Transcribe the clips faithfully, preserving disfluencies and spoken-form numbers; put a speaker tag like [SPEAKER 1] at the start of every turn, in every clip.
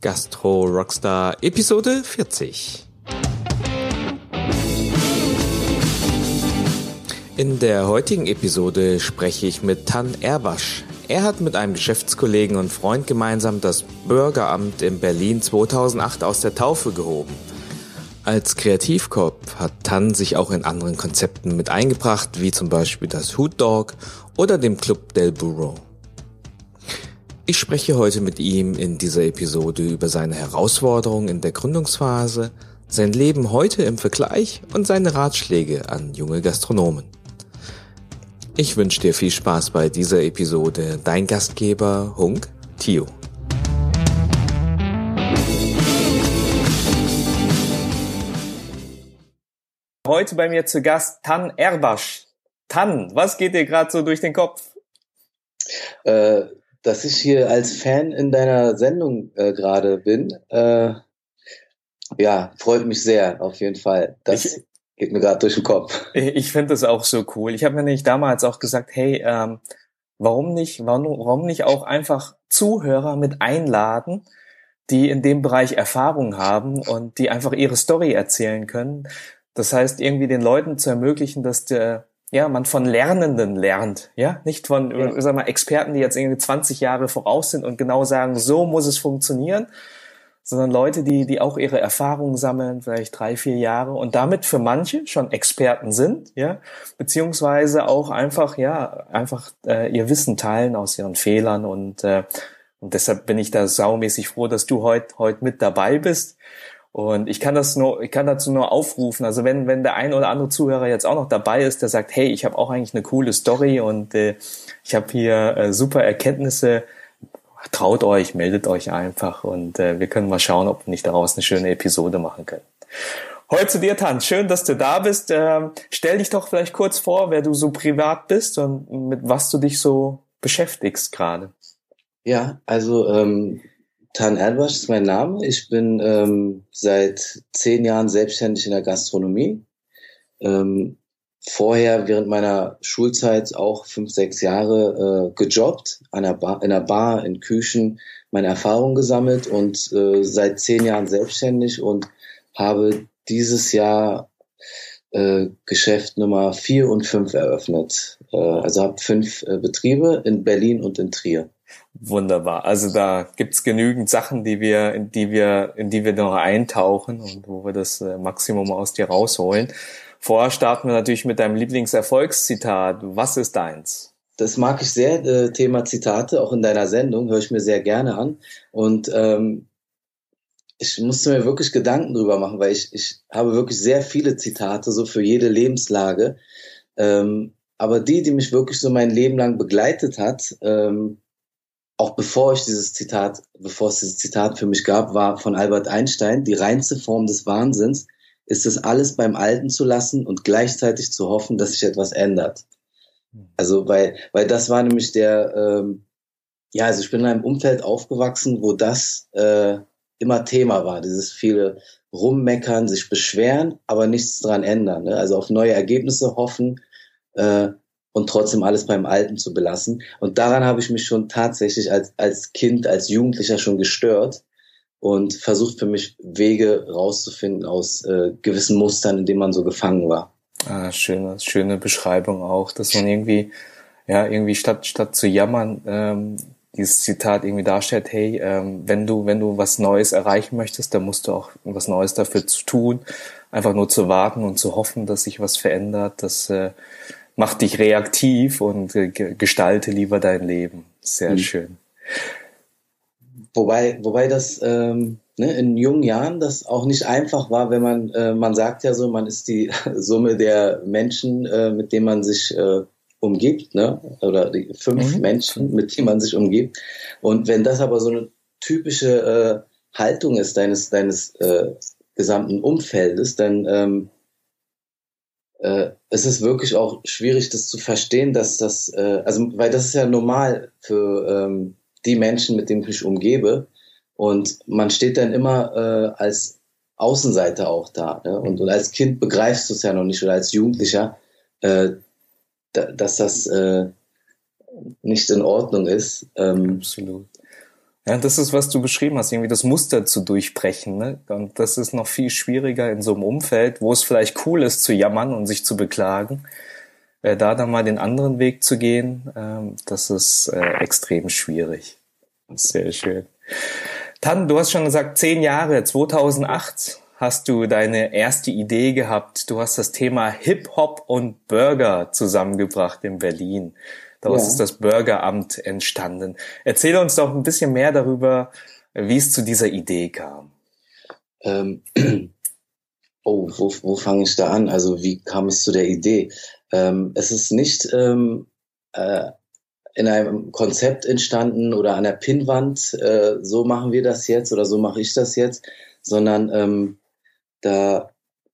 [SPEAKER 1] Gastro Rockstar Episode vierzig. In der heutigen Episode spreche ich mit Tan Erbasch. Er hat mit einem Geschäftskollegen und Freund gemeinsam das Bürgeramt in Berlin zweitausendacht aus der Taufe gehoben. Als Kreativkopf hat Tan sich auch in anderen Konzepten mit eingebracht, wie zum Beispiel das Hood Dog oder dem Club del Burro. Ich spreche heute mit ihm in dieser Episode über seine Herausforderungen in der Gründungsphase, sein Leben heute im Vergleich und seine Ratschläge an junge Gastronomen. Ich wünsche dir viel Spaß bei dieser Episode. Dein Gastgeber Hunk Tio. Heute bei mir zu Gast Tan Erbasch. Tan, was geht dir gerade so durch den Kopf?
[SPEAKER 2] Äh, dass ich hier als Fan in deiner Sendung äh, gerade bin, äh, ja, freut mich sehr, auf jeden Fall. Das ich, geht mir gerade durch den Kopf.
[SPEAKER 1] Ich finde das auch so cool. Ich habe mir nämlich damals auch gesagt, hey, ähm, warum nicht, warum, warum nicht auch einfach Zuhörer mit einladen, die in dem Bereich Erfahrung haben und die einfach ihre Story erzählen können. Das heißt, irgendwie den Leuten zu ermöglichen, dass der ja, man von Lernenden lernt, ja, nicht von, ja. sag mal, Experten, die jetzt irgendwie zwanzig Jahre voraus sind und genau sagen, so muss es funktionieren, sondern Leute, die, die auch ihre Erfahrungen sammeln, vielleicht drei, vier Jahre und damit für manche schon Experten sind, ja, beziehungsweise auch einfach, ja, einfach äh, ihr Wissen teilen aus ihren Fehlern und, äh, und deshalb bin ich da saumäßig froh, dass du heute, heute mit dabei bist. Und ich kann das nur, ich kann dazu nur aufrufen. Also wenn, wenn der ein oder andere Zuhörer jetzt auch noch dabei ist, der sagt, hey, ich habe auch eigentlich eine coole Story und äh, ich habe hier äh, super Erkenntnisse, traut euch, meldet euch einfach und äh, wir können mal schauen, ob wir nicht daraus eine schöne Episode machen können. Heute zu dir, Tan. Schön, dass du da bist. Ähm, stell dich doch vielleicht kurz vor, wer du so privat bist und mit was du dich so beschäftigst gerade.
[SPEAKER 2] Ja, also ähm Tan Erbasch ist mein Name. Ich bin ähm, seit zehn Jahren selbstständig in der Gastronomie. Ähm, vorher während meiner Schulzeit auch fünf, sechs Jahre äh, gejobbt, an der Bar, in der Bar, in Küchen, meine Erfahrungen gesammelt und äh, seit zehn Jahren selbstständig und habe dieses Jahr äh, Geschäft Nummer vier und fünf eröffnet. Äh, also habe fünf äh, Betriebe in Berlin und in Trier.
[SPEAKER 1] Wunderbar. Also da gibt's genügend Sachen, die wir, in die wir, in die wir noch eintauchen und wo wir das Maximum aus dir rausholen. Vorher starten wir natürlich mit deinem Lieblingserfolgszitat. Was ist deins?
[SPEAKER 2] Das mag ich sehr, äh, Thema Zitate, auch in deiner Sendung, höre ich mir sehr gerne an. Und ähm, ich musste mir wirklich Gedanken drüber machen, weil ich, ich habe wirklich sehr viele Zitate, so für jede Lebenslage. Ähm, aber die, die mich wirklich so mein Leben lang begleitet hat, ähm, auch bevor ich dieses Zitat, bevor es dieses Zitat für mich gab, war von Albert Einstein: Die reinste Form des Wahnsinns ist es, alles beim Alten zu lassen und gleichzeitig zu hoffen, dass sich etwas ändert. Also, weil, weil das war nämlich der, ähm, ja, also ich bin in einem Umfeld aufgewachsen, wo das äh, immer Thema war, dieses viele Rummeckern, sich beschweren, aber nichts dran ändern, ne? Also auf neue Ergebnisse hoffen, äh, und trotzdem alles beim Alten zu belassen. Und daran habe ich mich schon tatsächlich als als Kind, als Jugendlicher schon gestört und versucht für mich Wege rauszufinden aus äh, gewissen Mustern, in denen man so gefangen war.
[SPEAKER 1] Ah, schöne, schöne Beschreibung auch, dass man irgendwie, ja, irgendwie statt statt zu jammern, ähm, dieses Zitat irgendwie darstellt, hey, ähm, wenn du wenn du was Neues erreichen möchtest, dann musst du auch was Neues dafür zu tun, einfach nur zu warten und zu hoffen, dass sich was verändert, dass äh, mach dich reaktiv und äh, gestalte lieber dein Leben. Sehr mhm. schön.
[SPEAKER 2] Wobei, wobei das ähm, ne, in jungen Jahren das auch nicht einfach war, wenn man, äh, man sagt ja so, man ist die Summe der Menschen, äh, mit denen man sich äh, umgibt, ne? Oder die fünf mhm. Menschen, mit denen man sich umgibt. Und wenn das aber so eine typische äh, Haltung ist deines, deines äh, gesamten Umfeldes, dann ähm, Äh, es ist wirklich auch schwierig, das zu verstehen, dass das, äh, also, weil das ist ja normal für ähm, die Menschen, mit denen ich mich umgebe. Und man steht dann immer äh, als Außenseiter auch da. Ne? Und, und als Kind begreifst du es ja noch nicht oder als Jugendlicher, äh, da, dass das äh, nicht in Ordnung ist.
[SPEAKER 1] Ähm, Absolut. Ja, das ist, was du beschrieben hast, irgendwie das Muster zu durchbrechen, ne? Und das ist noch viel schwieriger in so einem Umfeld, wo es vielleicht cool ist, zu jammern und sich zu beklagen. Äh, da dann mal den anderen Weg zu gehen, ähm, das ist äh, extrem schwierig. Sehr schön. Tan, du hast schon gesagt, zehn Jahre, zweitausendacht hast du deine erste Idee gehabt. Du hast das Thema Hip-Hop und Burger zusammengebracht in Berlin. Daraus
[SPEAKER 2] Ja.
[SPEAKER 1] ist das Burgeramt entstanden. Erzähl uns doch ein bisschen mehr darüber, wie es zu dieser Idee kam.
[SPEAKER 2] Ähm, oh, wo, wo fange ich da an? Also wie kam es zu der Idee? Ähm, es ist nicht ähm, äh, in einem Konzept entstanden oder an der Pinnwand, äh, so machen wir das jetzt oder so mache ich das jetzt, sondern ähm, da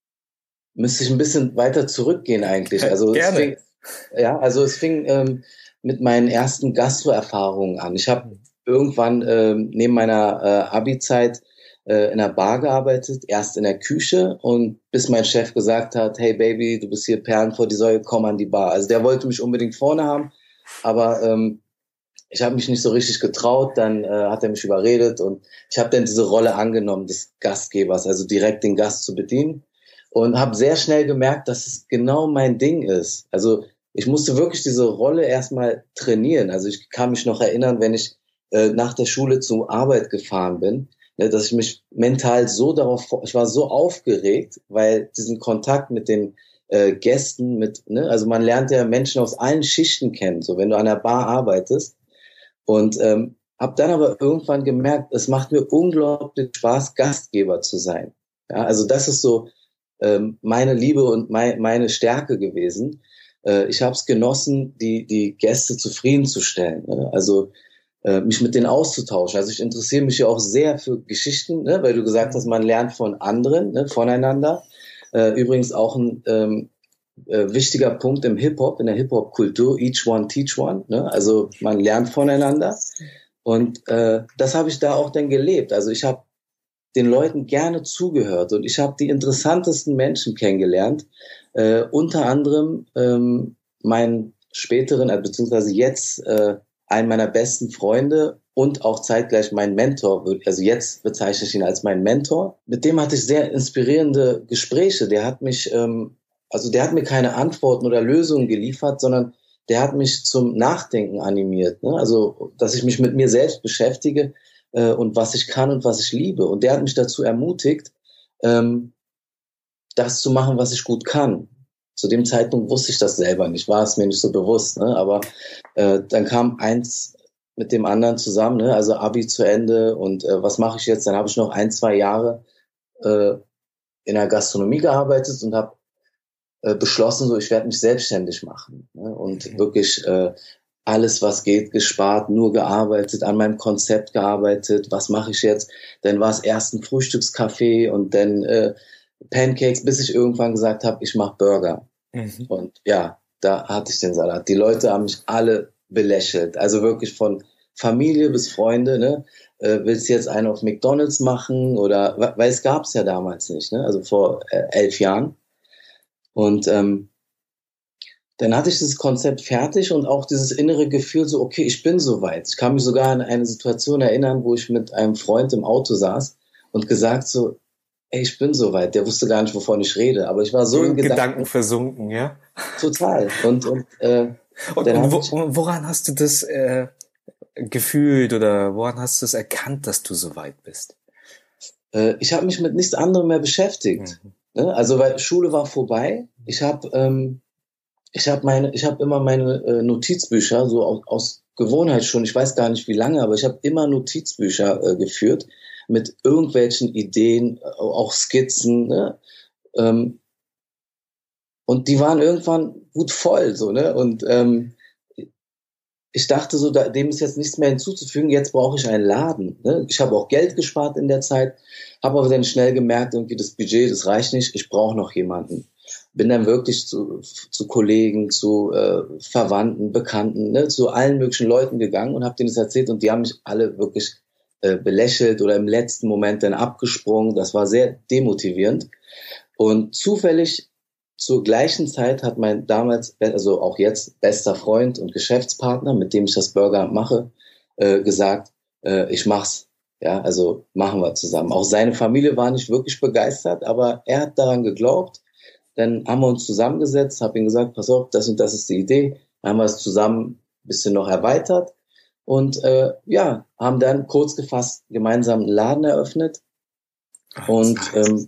[SPEAKER 2] müsste ich ein bisschen weiter zurückgehen eigentlich. Also
[SPEAKER 1] Gerne.
[SPEAKER 2] es fing, ja, also es fing ähm, mit meinen ersten Gastro-Erfahrungen an. Ich habe irgendwann ähm, neben meiner äh, Abi-Zeit äh, in einer Bar gearbeitet, erst in der Küche und bis mein Chef gesagt hat, hey Baby, du bist hier Perlen vor die Säule, komm an die Bar. Also der wollte mich unbedingt vorne haben, aber ähm, ich habe mich nicht so richtig getraut, dann äh, hat er mich überredet und ich habe dann diese Rolle angenommen des Gastgebers, also direkt den Gast zu bedienen und habe sehr schnell gemerkt, dass es genau mein Ding ist. Also ich musste wirklich diese Rolle erstmal trainieren. Also ich kann mich noch erinnern, wenn ich äh, nach der Schule zur Arbeit gefahren bin, ne, dass ich mich mental so darauf, ich war so aufgeregt, weil diesen Kontakt mit den äh, Gästen, mit, ne, also man lernt ja Menschen aus allen Schichten kennen, so wenn du an der Bar arbeitest. Und ähm, habe dann aber irgendwann gemerkt, es macht mir unglaublich Spaß, Gastgeber zu sein. Ja, also das ist so ähm, meine Liebe und mein, meine Stärke gewesen. Äh, ich habe es genossen, die die Gäste zufriedenzustellen. Ne? Also äh, mich mit denen auszutauschen. Also ich interessiere mich ja auch sehr für Geschichten, ne? Weil du gesagt hast, man lernt von anderen, ne? Voneinander. Äh, übrigens auch ein ähm, Äh, wichtiger Punkt im Hip-Hop, in der Hip-Hop-Kultur, each one teach one, ne? Also man lernt voneinander und äh, das habe ich da auch dann gelebt. Also ich habe den Leuten gerne zugehört und ich habe die interessantesten Menschen kennengelernt, äh, unter anderem ähm, meinen späteren, äh, beziehungsweise jetzt äh, einen meiner besten Freunde und auch zeitgleich mein Mentor, also jetzt bezeichne ich ihn als meinen Mentor. Mit dem hatte ich sehr inspirierende Gespräche. Der hat mich ähm, Also der hat mir keine Antworten oder Lösungen geliefert, sondern der hat mich zum Nachdenken animiert. Ne? Also, dass ich mich mit mir selbst beschäftige äh, und was ich kann und was ich liebe. Und der hat mich dazu ermutigt, ähm, das zu machen, was ich gut kann. Zu dem Zeitpunkt wusste ich das selber nicht, war es mir nicht so bewusst. Ne? Aber äh, dann kam eins mit dem anderen zusammen, ne? Also Abi zu Ende und äh, was mache ich jetzt? Dann habe ich noch ein, zwei Jahre äh, in der Gastronomie gearbeitet und habe beschlossen, so ich werde mich selbstständig machen, ne? Und wirklich äh, alles, was geht, gespart, nur gearbeitet, an meinem Konzept gearbeitet, was mache ich jetzt? Dann war es erst ein Frühstückscafé und dann äh, Pancakes, bis ich irgendwann gesagt habe, ich mache Burger. Mhm. Und ja, da hatte ich den Salat. Die Leute haben mich alle belächelt, also wirklich von Familie bis Freunde, ne? Äh, willst du jetzt einen auf McDonald's machen? Oder, weil es gab es ja damals nicht, ne? Also vor äh, elf Jahren. Und ähm, dann hatte ich dieses Konzept fertig und auch dieses innere Gefühl so, okay, ich bin soweit. Ich kann mich sogar an eine Situation erinnern, wo ich mit einem Freund im Auto saß und gesagt so, ey, ich bin soweit. Der wusste gar nicht, wovon ich rede, aber ich war so in Gedanken,
[SPEAKER 1] Gedanken versunken, ja?
[SPEAKER 2] Total. Und, und, äh,
[SPEAKER 1] und, und wo, ich, woran hast du das äh, gefühlt oder woran hast du es erkannt, dass du soweit bist?
[SPEAKER 2] Äh, ich habe mich mit nichts anderem mehr beschäftigt. Mhm. Also weil Schule war vorbei. Ich habe ähm, ich habe meine ich habe immer meine äh, Notizbücher so aus, aus Gewohnheit schon. Ich weiß gar nicht wie lange, aber ich habe immer Notizbücher äh, geführt mit irgendwelchen Ideen, äh, auch Skizzen. Ne? Ähm, und die waren irgendwann gut voll so ne und ähm, ich dachte so, da, dem ist jetzt nichts mehr hinzuzufügen, jetzt brauche ich einen Laden. Ne? Ich habe auch Geld gespart in der Zeit, habe aber dann schnell gemerkt, irgendwie das Budget, das reicht nicht, ich brauche noch jemanden. Bin dann wirklich zu, zu Kollegen, zu äh, Verwandten, Bekannten, ne? Zu allen möglichen Leuten gegangen und habe denen das erzählt und die haben mich alle wirklich äh, belächelt oder im letzten Moment dann abgesprungen. Das war sehr demotivierend. Und zufällig zur gleichen Zeit hat mein damals, also auch jetzt, bester Freund und Geschäftspartner, mit dem ich das Burgeramt mache, äh, gesagt, äh, ich mach's. Ja, also machen wir zusammen. Auch seine Familie war nicht wirklich begeistert, aber er hat daran geglaubt. Dann haben wir uns zusammengesetzt, habe ihm gesagt, pass auf, das und das ist die Idee. Dann haben wir es zusammen ein bisschen noch erweitert und äh, ja, haben dann kurz gefasst gemeinsam einen Laden eröffnet. Und ähm,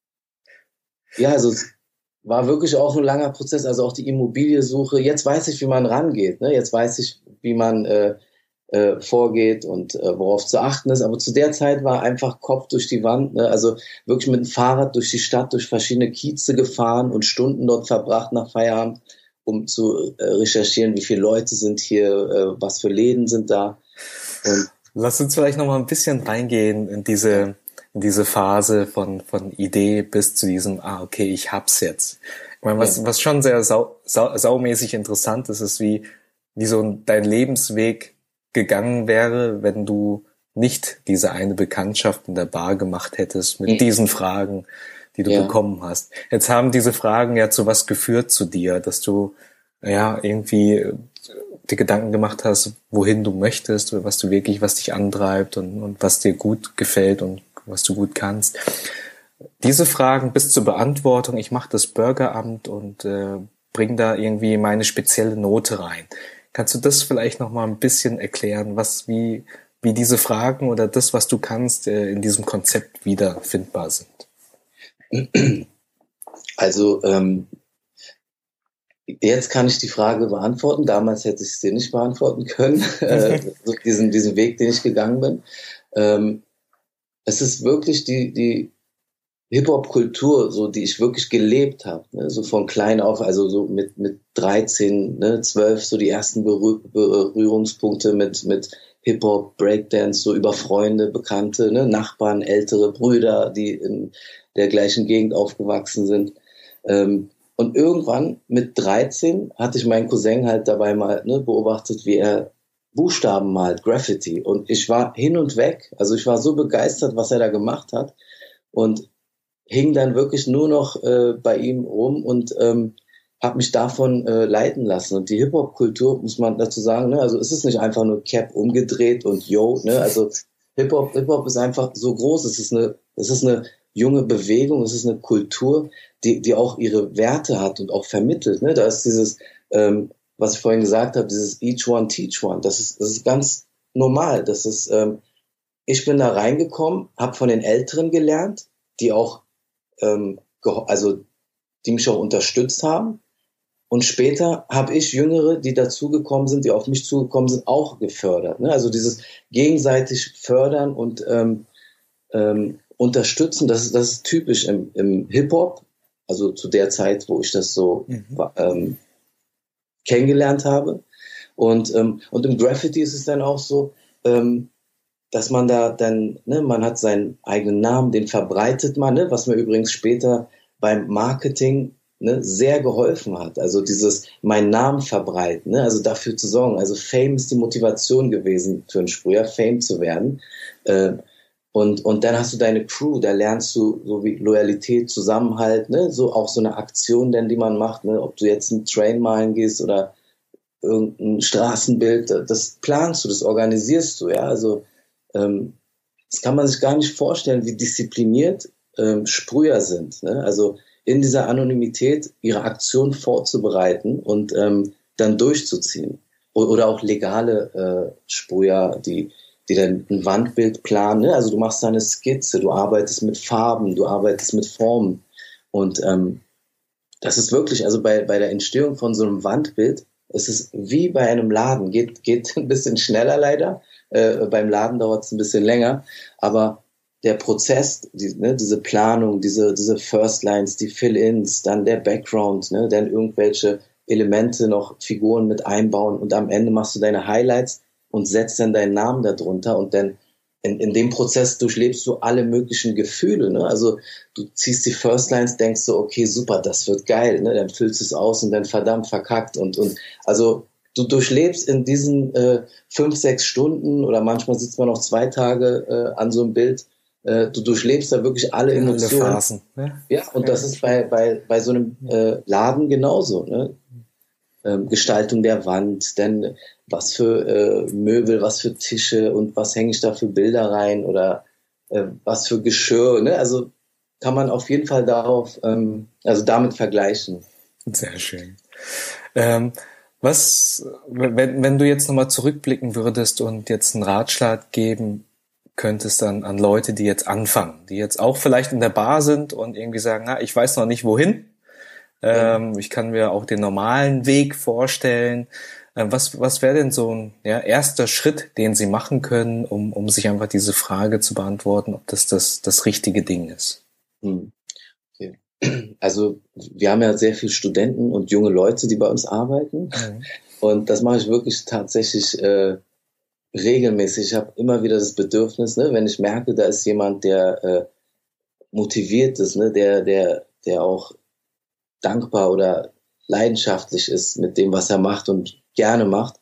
[SPEAKER 2] ja, also es war wirklich auch ein langer Prozess, also auch die Immobiliesuche. Jetzt weiß ich, wie man rangeht, ne? Jetzt weiß ich, wie man äh, äh, vorgeht und äh, worauf zu achten ist. Aber zu der Zeit war einfach Kopf durch die Wand, ne? Also wirklich mit dem Fahrrad durch die Stadt, durch verschiedene Kieze gefahren und Stunden dort verbracht nach Feierabend, um zu äh, recherchieren, wie viele Leute sind hier, äh, was für Läden sind da. Und
[SPEAKER 1] lass uns vielleicht noch mal ein bisschen reingehen in diese in diese Phase von von Idee bis zu diesem, ah, okay, ich hab's jetzt. Ich meine, was, ja. was schon sehr sau, sau, saumäßig interessant ist, ist, wie, wie so dein Lebensweg gegangen wäre, wenn du nicht diese eine Bekanntschaft in der Bar gemacht hättest mit mhm. diesen Fragen, die du ja. bekommen hast. Jetzt haben diese Fragen ja zu was geführt zu dir, dass du, ja, irgendwie dir Gedanken gemacht hast, wohin du möchtest, oder was du wirklich, was dich antreibt und, und was dir gut gefällt und was du gut kannst. Diese Fragen bis zur Beantwortung, ich mache das Bürgeramt und äh, bring da irgendwie meine spezielle Note rein. Kannst du das vielleicht noch mal ein bisschen erklären, was wie wie diese Fragen oder das, was du kannst, äh, in diesem Konzept wiederfindbar sind?
[SPEAKER 2] Also ähm, jetzt kann ich die Frage beantworten. Damals hätte ich sie nicht beantworten können. äh, so diesen diesen Weg, den ich gegangen bin. Ähm, Es ist wirklich die, die Hip-Hop-Kultur, so, die ich wirklich gelebt habe, ne? So von klein auf, also so mit, mit dreizehn, ne, zwölf, so die ersten Berühr Berührungspunkte mit, mit Hip-Hop, Breakdance, so über Freunde, Bekannte, ne, Nachbarn, ältere Brüder, die in der gleichen Gegend aufgewachsen sind. Ähm, und irgendwann mit dreizehn hatte ich meinen Cousin halt dabei mal, ne, beobachtet, wie er Buchstaben malt, Graffiti. Und ich war hin und weg. Also ich war so begeistert, was er da gemacht hat. Und hing dann wirklich nur noch äh, bei ihm rum und ähm, habe mich davon äh, leiten lassen. Und die Hip-Hop-Kultur, muss man dazu sagen, ne, also es ist nicht einfach nur Cap umgedreht und yo, ne, also Hip-Hop, Hip-Hop ist einfach so groß. Es ist eine, es ist eine junge Bewegung, es ist eine Kultur, die, die auch ihre Werte hat und auch vermittelt, ne. Da ist dieses, ähm, was ich vorhin gesagt habe, dieses Each One Teach One, das ist, das ist ganz normal. Das ist, ähm, ich bin da reingekommen, habe von den Älteren gelernt, die auch, ähm, also die mich auch unterstützt haben. Und später habe ich Jüngere, die dazugekommen sind, die auf mich zugekommen sind, auch gefördert. Ne? Also dieses gegenseitig fördern und ähm, ähm, unterstützen, das ist, das ist typisch im, im Hip-Hop. Also zu der Zeit, wo ich das so mhm. ähm, kennengelernt habe. Und, ähm, und im Graffiti ist es dann auch so, ähm, dass man da dann, ne, man hat seinen eigenen Namen, den verbreitet man, ne, was mir übrigens später beim Marketing, ne, sehr geholfen hat. Also dieses, meinen Namen verbreiten, ne, also dafür zu sorgen. Also Fame ist die Motivation gewesen für einen Sprüher, Fame zu werden. Äh, und, und dann hast du deine Crew, da lernst du so wie Loyalität, Zusammenhalt, ne, so auch so eine Aktion denn, die man macht, ne, ob du jetzt einen Train malen gehst oder irgendein Straßenbild, das planst du, das organisierst du, ja, also ähm, das kann man sich gar nicht vorstellen, wie diszipliniert ähm, Sprüher sind, ne, also in dieser Anonymität ihre Aktion vorzubereiten und ähm, dann durchzuziehen. O- oder auch legale äh, Sprüher, die die dann ein Wandbild planen, ne? Also du machst da eine Skizze, du arbeitest mit Farben, du arbeitest mit Formen und ähm, das ist wirklich, also bei, bei der Entstehung von so einem Wandbild, es ist wie bei einem Laden, geht, geht ein bisschen schneller leider, äh, beim Laden dauert es ein bisschen länger, aber der Prozess, die, ne, diese Planung, diese, diese First Lines, die Fill-Ins, dann der Background, ne, dann irgendwelche Elemente noch, Figuren mit einbauen und am Ende machst du deine Highlights und setzt dann deinen Namen darunter und dann in, in dem Prozess durchlebst du alle möglichen Gefühle, ne? Also du ziehst die First Lines, denkst du, okay, super, das wird geil, ne? Dann füllst du es aus und dann verdammt verkackt und, und also du durchlebst in diesen äh, fünf, sechs Stunden oder manchmal sitzt man noch zwei Tage äh, an so einem Bild, äh, du durchlebst da wirklich alle Emotionen.
[SPEAKER 1] Alle Phasen, ne?
[SPEAKER 2] Ja, und das ist bei, bei, bei so einem äh, Laden genauso, ne? Ähm, Gestaltung der Wand, dann was für äh, Möbel, was für Tische und was hänge ich da für Bilder rein oder äh, was für Geschirr, ne? Also kann man auf jeden Fall darauf, ähm, also damit vergleichen.
[SPEAKER 1] Sehr schön. Ähm, was, wenn, wenn du jetzt nochmal zurückblicken würdest und jetzt einen Ratschlag geben könntest an, an Leute, die jetzt anfangen, die jetzt auch vielleicht in der Bar sind und irgendwie sagen, na, ich weiß noch nicht wohin, ähm, ja. Ich kann mir auch den normalen Weg vorstellen. Ähm, was, was wäre denn so ein ja, erster Schritt, den sie machen können, um, um sich einfach diese Frage zu beantworten, ob das das, das richtige Ding ist?
[SPEAKER 2] Hm. Okay. Also wir haben ja sehr viele Studenten und junge Leute, die bei uns arbeiten. Mhm. Und das mache ich wirklich tatsächlich äh, regelmäßig. Ich habe immer wieder das Bedürfnis, ne, wenn ich merke, da ist jemand, der äh, motiviert ist, ne, der, der, der auch dankbar oder leidenschaftlich ist mit dem, was er macht und gerne macht,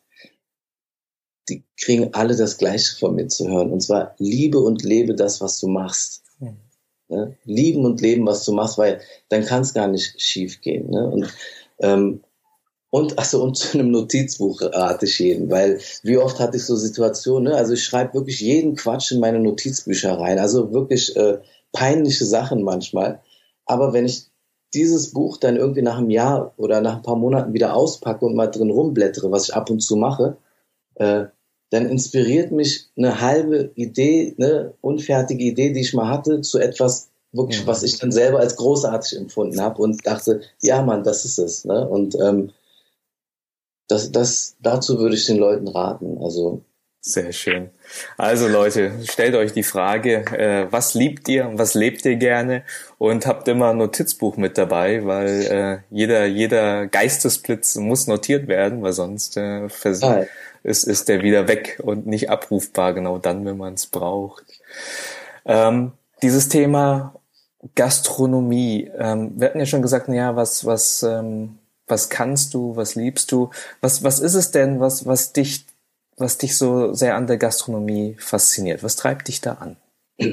[SPEAKER 2] die kriegen alle das Gleiche von mir zu hören. Und zwar, liebe und lebe das, was du machst. Mhm. Ne? Lieben und leben, was du machst, weil dann kann es gar nicht schief gehen. Ne? Und, ähm, und, achso, und zu einem Notizbuch rate ich jeden, weil wie oft hatte ich so Situationen, ne? Also ich schreibe wirklich jeden Quatsch in meine Notizbücher rein, also wirklich äh, peinliche Sachen manchmal. Aber wenn ich dieses Buch dann irgendwie nach einem Jahr oder nach ein paar Monaten wieder auspacke und mal drin rumblättere, was ich ab und zu mache, äh, dann inspiriert mich eine halbe Idee, eine unfertige Idee, die ich mal hatte, zu etwas wirklich, mhm. was ich dann selber als großartig empfunden habe und dachte, ja Mann, das ist es. Ne? Und ähm, das, das, dazu würde ich den Leuten raten. Also
[SPEAKER 1] sehr schön. Also Leute, stellt euch die Frage, äh, was liebt ihr und was lebt ihr gerne? Und habt immer ein Notizbuch mit dabei, weil äh, jeder jeder Geistesblitz muss notiert werden, weil sonst äh, vers- ah, ja. ist, ist der wieder weg und nicht abrufbar, genau dann, wenn man es braucht. Ähm, dieses Thema Gastronomie, ähm, wir hatten ja schon gesagt, naja, was, was, ähm, was kannst du, was liebst du? Was, was ist es denn, was, was dich was dich so sehr an der Gastronomie fasziniert? Was treibt dich da an?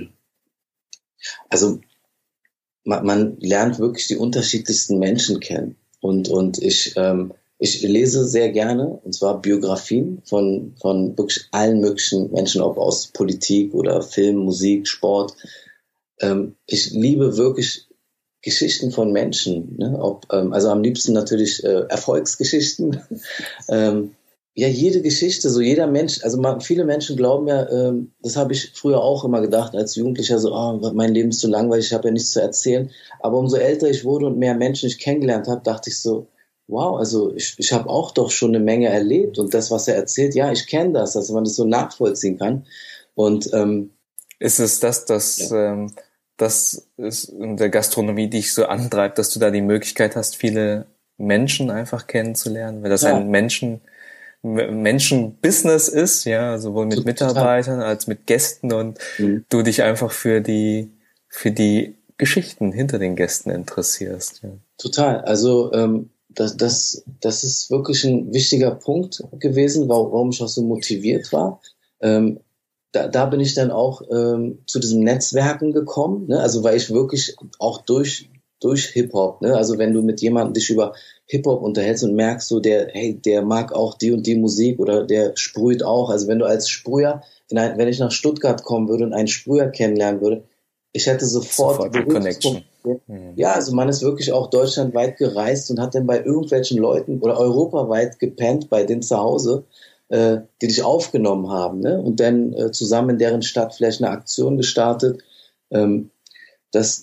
[SPEAKER 2] Also man, man lernt wirklich die unterschiedlichsten Menschen kennen. Und, und ich, ähm, ich lese sehr gerne, und zwar Biografien von, von wirklich allen möglichen Menschen, ob aus Politik oder Film, Musik, Sport. Ähm, ich liebe wirklich Geschichten von Menschen. Ne? Ob, ähm, also am liebsten natürlich äh, Erfolgsgeschichten. ähm, Ja, jede Geschichte, so jeder Mensch, also man, viele Menschen glauben ja, ähm, das habe ich früher auch immer gedacht als Jugendlicher, so, oh, mein Leben ist so langweilig, ich habe ja nichts zu erzählen. Aber umso älter ich wurde und mehr Menschen ich kennengelernt habe, dachte ich so, wow, also ich, ich habe auch doch schon eine Menge erlebt und das, was er erzählt, ja, ich kenne das, dass man das so nachvollziehen kann. Und ähm,
[SPEAKER 1] ist es das, dass ja. ähm, das ist in der Gastronomie dich so antreibt, dass du da die Möglichkeit hast, viele Menschen einfach kennenzulernen, weil das ja. ein Menschen Menschen-Business ist, ja, sowohl mit Mitarbeitern als mit Gästen und mhm. du dich einfach für die für die Geschichten hinter den Gästen interessierst. Ja.
[SPEAKER 2] Total. Also ähm, das, das, das ist wirklich ein wichtiger Punkt gewesen, warum ich auch so motiviert war. Ähm, da, da bin ich dann auch ähm, zu diesem Netzwerken gekommen, ne? Also weil ich wirklich auch durch durch Hip-Hop, ne? Also wenn du mit jemandem dich über Hip-Hop unterhältst und merkst so, der, hey, der mag auch die und die Musik oder der sprüht auch. Also wenn du als Sprüher, in ein, wenn ich nach Stuttgart kommen würde und einen Sprüher kennenlernen würde, ich hätte sofort,
[SPEAKER 1] sofort die Connection.
[SPEAKER 2] Ja, also man ist wirklich auch deutschlandweit gereist und hat dann bei irgendwelchen Leuten oder europaweit gepennt bei denen zu Hause, äh, die dich aufgenommen haben, ne? Und dann äh, zusammen in deren Stadt vielleicht eine Aktion gestartet. Ähm, das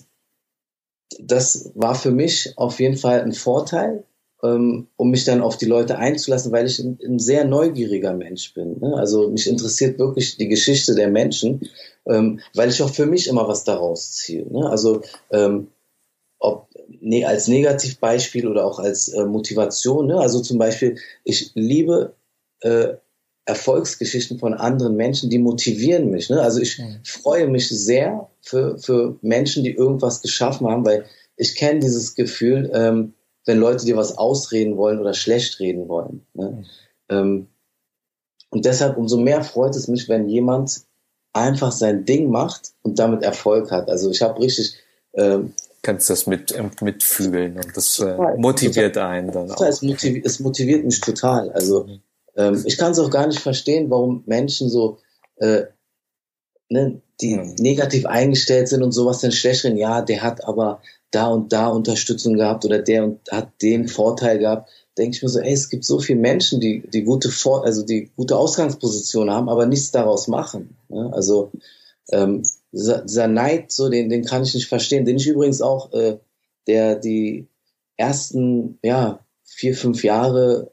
[SPEAKER 2] Das war für mich auf jeden Fall ein Vorteil, ähm, um mich dann auf die Leute einzulassen, weil ich ein, ein sehr neugieriger Mensch bin. Ne? Also mich interessiert wirklich die Geschichte der Menschen, ähm, weil ich auch für mich immer was daraus ziehe. Ne? Also ähm, ob ne, als Negativbeispiel oder auch als äh, Motivation. Ne? Also zum Beispiel, ich liebe äh, Erfolgsgeschichten von anderen Menschen, die motivieren mich. Ne? Also ich mhm. freue mich sehr für, für Menschen, die irgendwas geschaffen haben, weil ich kenne dieses Gefühl, ähm, wenn Leute dir was ausreden wollen oder schlecht reden wollen. Ne? Mhm. Ähm, und deshalb umso mehr freut es mich, wenn jemand einfach sein Ding macht und damit Erfolg hat. Also ich habe richtig... Ähm,
[SPEAKER 1] kannst das mit mitfühlen und das äh, motiviert total, einen dann auch.
[SPEAKER 2] Es motiviert, es motiviert mich total. Also ähm, ich kann es auch gar nicht verstehen, warum Menschen so, äh, ne, die
[SPEAKER 1] Mhm.
[SPEAKER 2] negativ eingestellt sind und sowas dann schlecht reden. Ja, der hat aber da und da Unterstützung gehabt oder der und hat den Vorteil gehabt. Denke ich mir so, ey, es gibt so viele Menschen, die die gute Vor also die gute Ausgangsposition haben, aber nichts daraus machen. Ne? Also ähm, dieser, dieser Neid, so den den kann ich nicht verstehen. Den ich übrigens auch, äh, der die ersten ja vier fünf Jahre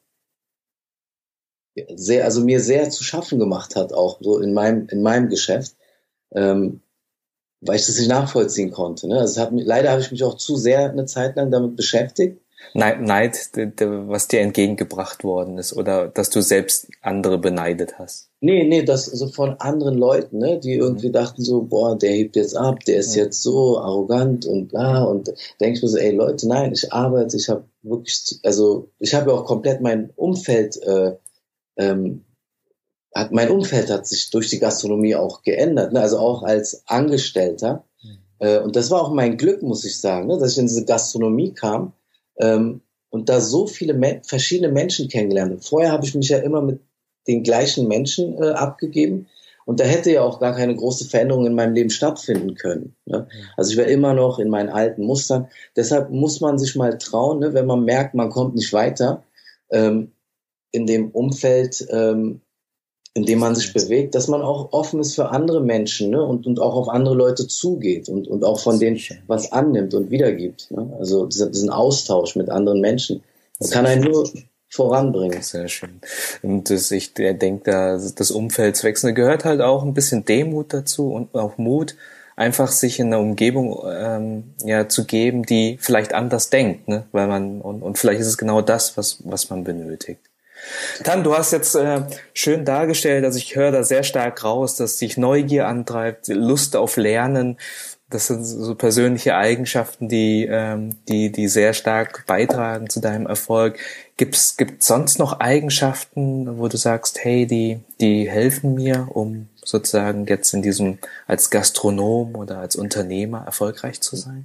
[SPEAKER 2] sehr, also mir sehr zu schaffen gemacht hat, auch so in meinem in meinem Geschäft. Ähm, weil ich das nicht nachvollziehen konnte. Ne? Also es hat mich, leider habe ich mich auch zu sehr eine Zeit lang damit beschäftigt.
[SPEAKER 1] Neid, Neid, d- d- was dir entgegengebracht worden ist oder dass du selbst andere beneidet hast.
[SPEAKER 2] Nee, nee, das so von anderen Leuten, ne, die irgendwie
[SPEAKER 1] Mhm.
[SPEAKER 2] dachten so, boah, der hebt jetzt ab, der ist
[SPEAKER 1] Mhm.
[SPEAKER 2] jetzt so arrogant und bla und denke ich mir so, ey Leute, nein, ich arbeite, ich habe wirklich, zu- also ich habe ja auch komplett mein Umfeld, äh, ähm, hat mein Umfeld hat sich durch die Gastronomie auch geändert, ne, also auch als Angestellter. Äh, und das war auch mein Glück, muss ich sagen, ne, dass ich in diese Gastronomie kam ähm, und da so viele Me verschiedene Menschen kennengelernt habe. Vorher habe ich mich ja immer mit den gleichen Menschen äh, abgegeben und da hätte ja auch gar keine große Veränderung in meinem Leben stattfinden können. Ne? Also ich wäre immer noch in meinen alten Mustern. Deshalb muss man sich mal trauen, ne, wenn man merkt, man kommt nicht weiter ähm, in dem Umfeld, ähm, in dem man sich bewegt, dass man auch offen ist für andere Menschen, ne? und, und auch auf andere Leute zugeht und, und auch von denen
[SPEAKER 1] Sicher.
[SPEAKER 2] was annimmt und wiedergibt. Ne? Also dieser, diesen Austausch mit anderen Menschen das
[SPEAKER 1] Sehr
[SPEAKER 2] kann einen
[SPEAKER 1] schön.
[SPEAKER 2] nur voranbringen.
[SPEAKER 1] Sehr schön. Und das, ich denke, da das Umfeldswechsel gehört halt auch ein bisschen Demut dazu und auch Mut, einfach sich in einer Umgebung ähm, ja zu geben, die vielleicht anders denkt, ne? Weil man und, und vielleicht ist es genau das, was was man benötigt. Tan, du hast jetzt äh, schön dargestellt, also ich höre da sehr stark raus, dass dich Neugier antreibt, Lust auf Lernen. Das sind so persönliche Eigenschaften, die, ähm, die, die sehr stark beitragen zu deinem Erfolg. Gibt's, gibt's sonst noch Eigenschaften, wo du sagst, hey, die, die helfen mir, um sozusagen jetzt in diesem, als Gastronom oder als Unternehmer erfolgreich zu sein?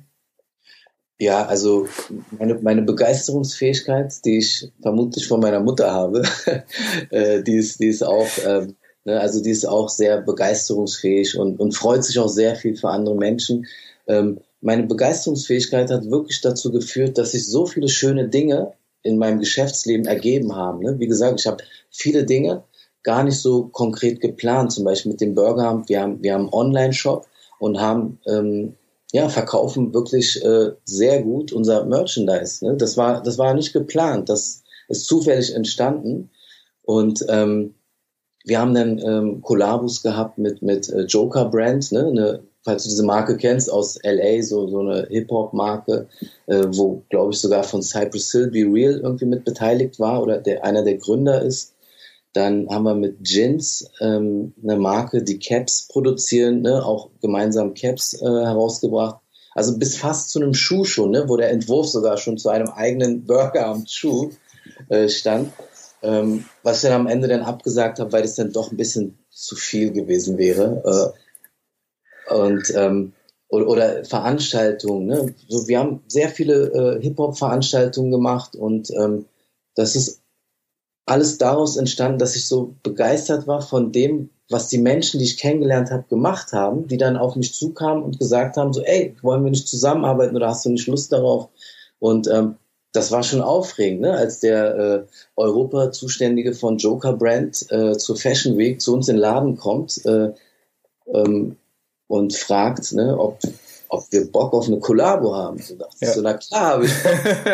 [SPEAKER 2] Ja, also meine, meine Begeisterungsfähigkeit, die ich vermutlich von meiner Mutter habe, äh, die ist, die ist auch, ähm, ne, also die ist auch sehr begeisterungsfähig und, und freut sich auch sehr viel für andere Menschen. Ähm, meine Begeisterungsfähigkeit hat wirklich dazu geführt, dass sich so viele schöne Dinge in meinem Geschäftsleben ergeben haben. Ne? Wie gesagt, ich habe viele Dinge gar nicht so konkret geplant. Zum Beispiel mit dem Burger, wir haben, wir haben einen Online-Shop und haben ähm, ja, verkaufen wirklich äh, sehr gut unser Merchandise. Ne? Das war, das war nicht geplant, das ist zufällig entstanden. Und ähm, wir haben dann ähm, Kollabos gehabt mit mit äh, Joker Brand, ne? Eine, falls du diese Marke kennst, aus L A, so so eine Hip-Hop-Marke, äh, wo, glaube ich, sogar von Cypress Hill Be Real irgendwie mit beteiligt war oder der einer der Gründer ist. Dann haben wir mit Gins ähm, eine Marke, die Caps produzieren, ne, auch gemeinsam Caps äh, herausgebracht. Also bis fast zu einem Schuh schon, ne, wo der Entwurf sogar schon zu einem eigenen Burger am Schuh äh, stand. Ähm, was ich dann am Ende dann abgesagt habe, weil das dann doch ein bisschen zu viel gewesen wäre. Äh, und ähm, oder, oder Veranstaltungen. Ne? So, wir haben sehr viele äh, Hip-Hop-Veranstaltungen gemacht und ähm, das ist alles daraus entstanden, dass ich so begeistert war von dem, was die Menschen, die ich kennengelernt habe, gemacht haben, die dann auf mich zukamen und gesagt haben, so, ey, wollen wir nicht zusammenarbeiten oder hast du nicht Lust darauf? Und ähm, das war schon aufregend, ne? Als der äh, Europa-Zuständige von Joker Brand äh, zur Fashion Week zu uns in den Laden kommt äh, ähm, und fragt, ne, ob, ob wir Bock auf eine Kollabo haben. So dachte ich
[SPEAKER 1] Ja.
[SPEAKER 2] so, na klar habe ich Bock.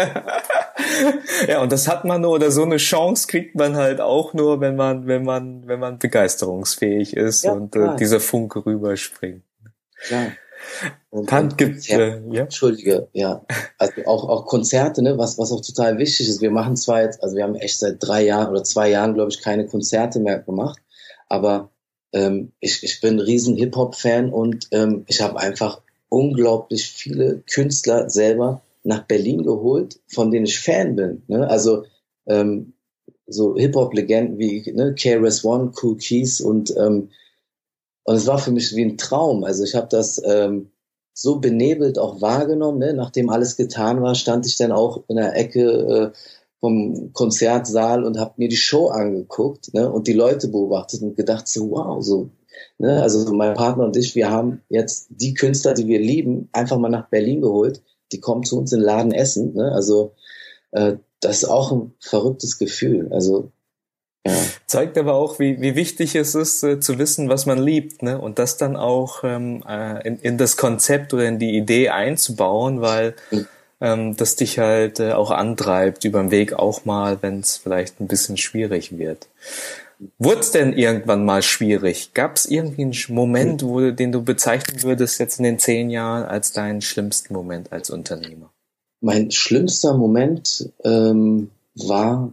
[SPEAKER 1] Ja, und das hat man nur, oder so eine Chance kriegt man halt auch nur, wenn man, wenn man, wenn man begeisterungsfähig ist
[SPEAKER 2] Ja,
[SPEAKER 1] und äh,
[SPEAKER 2] klar,
[SPEAKER 1] dieser Funke rüberspringt.
[SPEAKER 2] klar. Und,
[SPEAKER 1] Tant
[SPEAKER 2] und
[SPEAKER 1] gibt,
[SPEAKER 2] Konzerte,
[SPEAKER 1] äh, ja.
[SPEAKER 2] Entschuldige, ja. Also auch, auch Konzerte, ne, was, was auch total wichtig ist. Wir machen zwar jetzt, also wir haben echt seit drei Jahren oder zwei Jahren, glaube ich, keine Konzerte mehr gemacht, aber ähm, ich, ich bin ein riesen Hip-Hop-Fan und ähm, ich habe einfach unglaublich viele Künstler selber nach Berlin geholt, von denen ich Fan bin. Ne? Also ähm, so Hip-Hop-Legenden wie ne, K R S One, Kool Keith und ähm, und es war für mich wie ein Traum. Also ich habe das ähm, so benebelt auch wahrgenommen. Ne? Nachdem alles getan war, stand ich dann auch in der Ecke, äh, vom Konzertsaal und habe mir die Show angeguckt, ne, und die Leute beobachtet und gedacht so, wow, so, ne, also mein Partner und ich, wir haben jetzt die Künstler, die wir lieben, einfach mal nach Berlin geholt, die kommen zu uns in den Laden essen, ne, also äh, das ist auch ein verrücktes Gefühl, also ja.
[SPEAKER 1] Zeigt aber auch, wie, wie wichtig es ist, äh, zu wissen, was man liebt, ne? Und das dann auch ähm, äh, in, in das Konzept oder in die Idee einzubauen, weil ähm, das dich halt äh, auch antreibt über den Weg auch mal, wenn es vielleicht ein bisschen schwierig wird. Wurde es denn irgendwann mal schwierig? Gab es irgendwie einen Moment, wo du, den du bezeichnen würdest jetzt in den zehn Jahren als deinen schlimmsten Moment als Unternehmer?
[SPEAKER 2] Mein schlimmster Moment ähm, war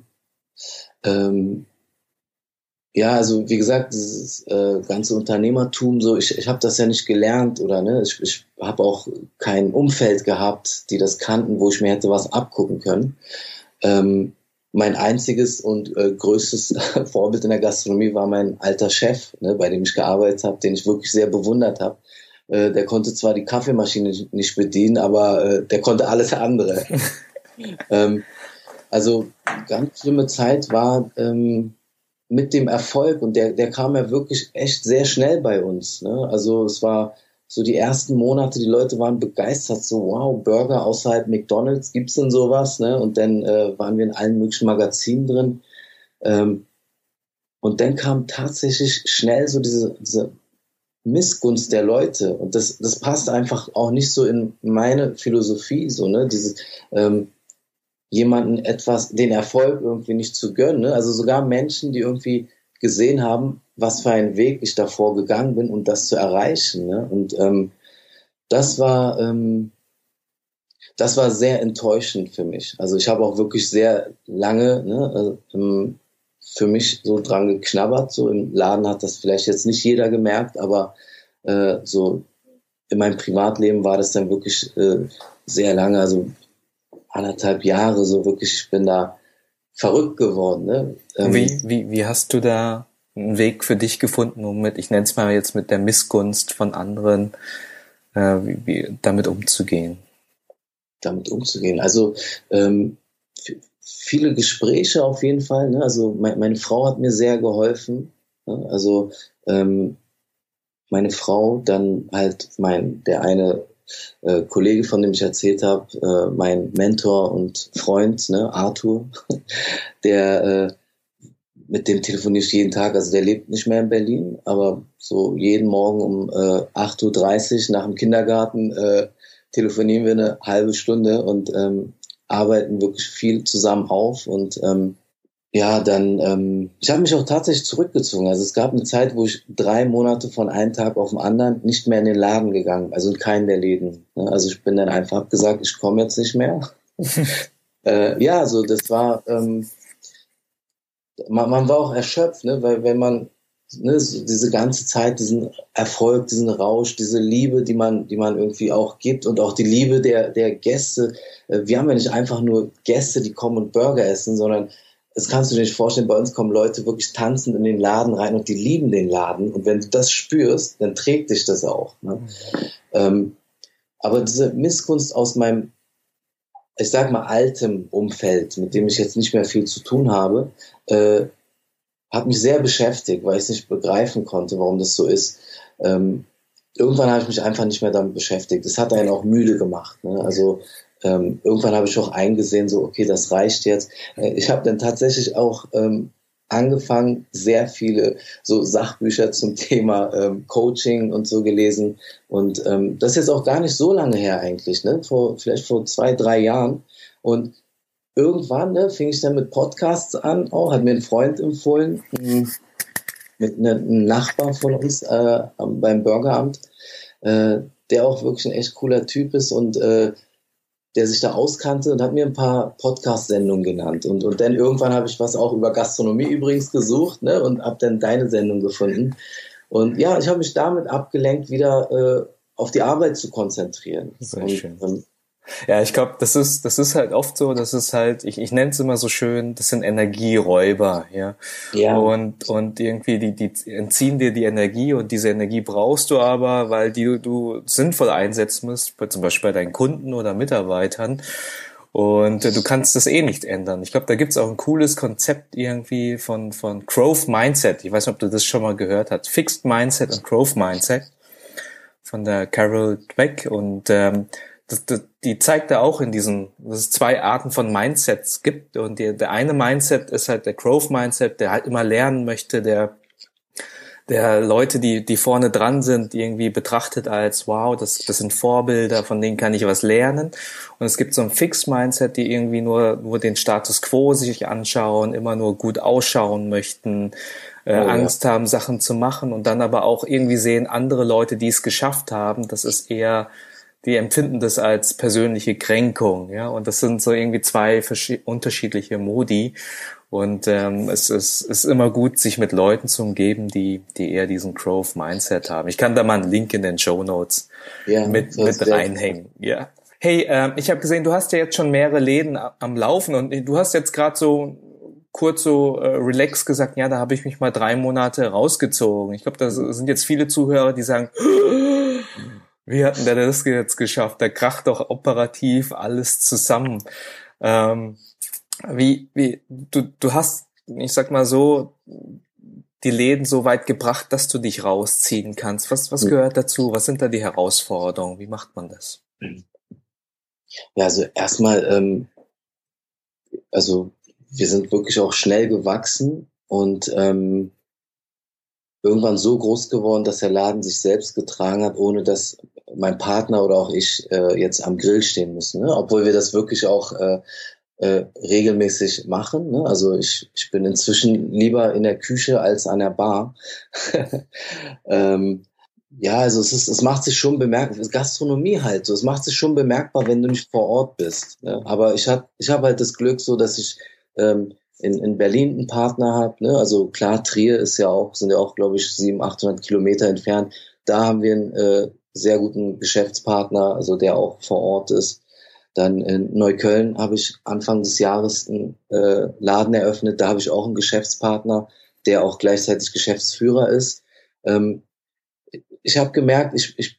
[SPEAKER 2] ähm, ja, also wie gesagt, dieses äh, ganze Unternehmertum, so ich, ich habe das ja nicht gelernt oder ne, ich, ich habe auch kein Umfeld gehabt, die das kannten, wo ich mir hätte was abgucken können. Ähm, mein einziges und äh, größtes Vorbild in der Gastronomie war mein alter Chef, ne, bei dem ich gearbeitet habe, den ich wirklich sehr bewundert habe. Äh, der konnte zwar die Kaffeemaschine nicht bedienen, aber äh, der konnte alles andere. ähm, also ganz schlimme Zeit war ähm, mit dem Erfolg und der, der kam ja wirklich echt sehr schnell bei uns. Ne? Also es war so die ersten Monate, die Leute waren begeistert, so wow, Burger außerhalb McDonald's, gibt's denn sowas? Ne? Und dann äh, waren wir in allen möglichen Magazinen drin. Ähm, und dann kam tatsächlich schnell so diese, diese Missgunst der Leute. Und das, das passt einfach auch nicht so in meine Philosophie, so, ne? Dieses, ähm, jemanden etwas, den Erfolg irgendwie nicht zu gönnen. Ne? Also sogar Menschen, die irgendwie gesehen haben, was für einen Weg ich davor gegangen bin, um das zu erreichen. Ne? Und ähm, das war ähm, das war sehr enttäuschend für mich. Also ich habe auch wirklich sehr lange ne, äh, für mich so dran geknabbert. So im Laden hat das vielleicht jetzt nicht jeder gemerkt, aber äh, so in meinem Privatleben war das dann wirklich äh, sehr lange, also anderthalb Jahre, so wirklich, ich bin da verrückt geworden. Ne? Ähm,
[SPEAKER 1] wie, wie, wie hast du da einen Weg für dich gefunden, um mit, ich nenne es mal jetzt mit der Missgunst von anderen, äh, wie, wie, damit umzugehen?
[SPEAKER 2] Damit umzugehen. Also ähm, f- viele Gespräche auf jeden Fall. Ne? Also me- meine Frau hat mir sehr geholfen. Ne? Also ähm, meine Frau, dann halt mein der eine Äh, Kollege, von dem ich erzählt habe, äh, mein Mentor und Freund, ne, Arthur, der äh, mit dem telefoniere ich jeden Tag, also der lebt nicht mehr in Berlin, aber so jeden Morgen um äh, acht Uhr dreißig nach dem Kindergarten äh, telefonieren wir eine halbe Stunde und ähm, arbeiten wirklich viel zusammen auf und ähm, ja, dann, ähm, ich habe mich auch tatsächlich zurückgezogen. Also es gab eine Zeit, wo ich drei Monate von einem Tag auf den anderen nicht mehr in den Laden gegangen, also in keinen der Läden. Ne? Also ich bin dann einfach hab gesagt, ich komme jetzt nicht mehr. äh, ja, also das war, ähm, man, man war auch erschöpft, ne? Weil wenn man ne, so diese ganze Zeit diesen Erfolg, diesen Rausch, diese Liebe, die man, die man irgendwie auch gibt und auch die Liebe der, der Gäste. Äh, wir haben ja nicht einfach nur Gäste, die kommen und Burger essen, sondern das kannst du dir nicht vorstellen, bei uns kommen Leute wirklich tanzend in den Laden rein und die lieben den Laden. Und wenn du das spürst, dann trägt dich das auch. Ne? Mhm. Ähm, aber diese Missgunst aus meinem, ich sag mal, altem Umfeld, mit dem ich jetzt nicht mehr viel zu tun habe, äh, hat mich sehr beschäftigt, weil ich es nicht begreifen konnte, warum das so ist. Ähm, irgendwann habe ich mich einfach nicht mehr damit beschäftigt. Das hat einen auch müde gemacht. Ne? Also Ähm, irgendwann habe ich auch eingesehen, so, okay, das reicht jetzt. Äh, ich habe dann tatsächlich auch ähm, angefangen, sehr viele so Sachbücher zum Thema ähm, Coaching und so gelesen. Und ähm, das ist jetzt auch gar nicht so lange her eigentlich, ne? Vor, vielleicht vor zwei, drei Jahren. Und irgendwann ne, fing ich dann mit Podcasts an, auch, hat mir ein Freund empfohlen, mh, mit ne, einem Nachbar von uns äh, beim Bürgeramt, äh, der auch wirklich ein echt cooler Typ ist und äh, der sich da auskannte und hat mir ein paar Podcast-Sendungen genannt. Und, und dann irgendwann habe ich was auch über Gastronomie übrigens gesucht, ne, und habe dann deine Sendung gefunden. Und ja, ich habe mich damit abgelenkt, wieder äh, auf die Arbeit zu konzentrieren.
[SPEAKER 1] Sehr
[SPEAKER 2] und,
[SPEAKER 1] schön.
[SPEAKER 2] Und,
[SPEAKER 1] ja, ich glaube, das ist das ist halt oft so, das ist halt, ich, ich nenne es immer so schön, das sind Energieräuber, ja.
[SPEAKER 2] ja.
[SPEAKER 1] Und und irgendwie die die entziehen dir die Energie und diese Energie brauchst du aber, weil die du sinnvoll einsetzen musst, zum Beispiel bei deinen Kunden oder Mitarbeitern. Und äh, du kannst das eh nicht ändern. Ich glaube, da gibt's auch ein cooles Konzept irgendwie von von Growth Mindset. Ich weiß nicht, ob du das schon mal gehört hast. Fixed Mindset und Growth Mindset von der Carol Dweck. Und ähm, das, das, die zeigt da auch in diesen, dass es zwei Arten von Mindsets gibt. Und die, der eine Mindset ist halt der Growth Mindset, der halt immer lernen möchte, der der Leute, die die vorne dran sind, irgendwie betrachtet als, wow, das das sind Vorbilder, von denen kann ich was lernen. Und es gibt so ein Fixed-Mindset, die irgendwie nur nur den Status quo sich anschauen, immer nur gut ausschauen möchten, äh, oh, Angst ja. haben, Sachen zu machen und dann aber auch irgendwie sehen, andere Leute, die es geschafft haben, das ist eher, die empfinden das als persönliche Kränkung, ja. Und das sind so irgendwie zwei verschi- unterschiedliche Modi. Und ähm, es ist, ist immer gut, sich mit Leuten zu umgeben, die die eher diesen Growth-Mindset haben. Ich kann da mal einen Link in den Shownotes ja, mit mit reinhängen. Ja. Hey, ähm, ich habe gesehen, du hast ja jetzt schon mehrere Läden am Laufen und du hast jetzt gerade so kurz so äh, relax gesagt, ja, da habe ich mich mal drei Monate rausgezogen. Ich glaube, da sind jetzt viele Zuhörer, die sagen, wie hat denn der das jetzt geschafft? Da kracht doch operativ alles zusammen. Ähm, Wie, wie, du, du hast, ich sag mal so, die Läden so weit gebracht, dass du dich rausziehen kannst. Was, was gehört dazu? Was sind da die Herausforderungen? Wie macht man das?
[SPEAKER 2] Ja, also erstmal, ähm, also wir sind wirklich auch schnell gewachsen und ähm, irgendwann so groß geworden, dass der Laden sich selbst getragen hat, ohne dass mein Partner oder auch ich äh, jetzt am Grill stehen müssen. Ne? Obwohl wir das wirklich auch äh, Äh, regelmäßig machen. Ne? Also ich, ich bin inzwischen lieber in der Küche als an der Bar. ähm, ja, also es ist, es macht sich schon bemerkbar, Gastronomie halt so, es macht sich schon bemerkbar, wenn du nicht vor Ort bist. Ne? Aber ich hab, ich hab halt das Glück so, dass ich ähm, in, in Berlin einen Partner habe. Ne? Also klar, Trier ist ja auch, sind ja auch, glaube ich, siebenhundert, achthundert Kilometer entfernt. Da haben wir einen äh, sehr guten Geschäftspartner, also der auch vor Ort ist. Dann in Neukölln habe ich Anfang des Jahres einen äh, Laden eröffnet. Da habe ich auch einen Geschäftspartner, der auch gleichzeitig Geschäftsführer ist. Ähm, ich habe gemerkt, ich, ich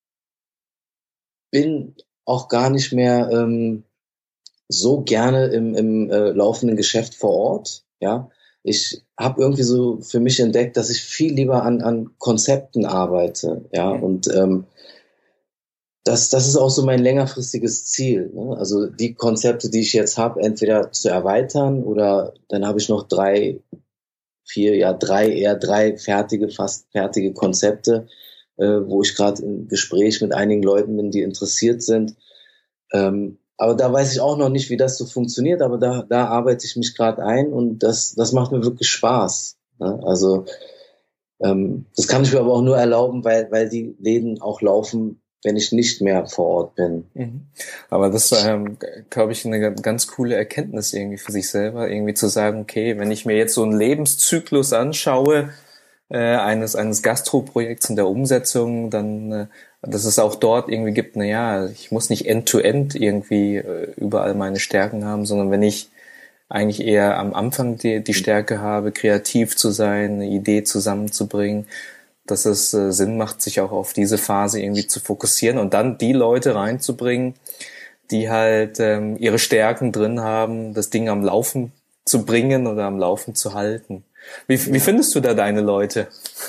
[SPEAKER 2] bin auch gar nicht mehr ähm, so gerne im, im äh, laufenden Geschäft vor Ort. Ja, ich habe irgendwie so für mich entdeckt, dass ich viel lieber an, an Konzepten arbeite. Ja, und ähm, Das, das ist auch so mein längerfristiges Ziel. Ne? Also die Konzepte, die ich jetzt habe, entweder zu erweitern oder dann habe ich noch drei, vier, ja drei, eher drei fertige, fast fertige Konzepte, äh, wo ich gerade im Gespräch mit einigen Leuten bin, die interessiert sind. Ähm, aber da weiß ich auch noch nicht, wie das so funktioniert, aber da, da arbeite ich mich gerade ein und das, das macht mir wirklich Spaß. Ne? Also ähm, das kann ich mir aber auch nur erlauben, weil, weil die Läden auch laufen, wenn ich nicht mehr vor Ort bin.
[SPEAKER 1] Mhm. Aber das ist, ähm, glaube ich, eine ganz coole Erkenntnis irgendwie für sich selber, irgendwie zu sagen, okay, wenn ich mir jetzt so einen Lebenszyklus anschaue, äh, eines, eines Gastroprojekts in der Umsetzung, dann, äh, dass es auch dort irgendwie gibt, na ja, ich muss nicht end-to-end irgendwie äh, überall meine Stärken haben, sondern wenn ich eigentlich eher am Anfang die, die Stärke habe, kreativ zu sein, eine Idee zusammenzubringen, dass es äh, Sinn macht, sich auch auf diese Phase irgendwie zu fokussieren und dann die Leute reinzubringen, die halt ähm, ihre Stärken drin haben, das Ding am Laufen zu bringen oder am Laufen zu halten. Wie, wie findest du da deine Leute?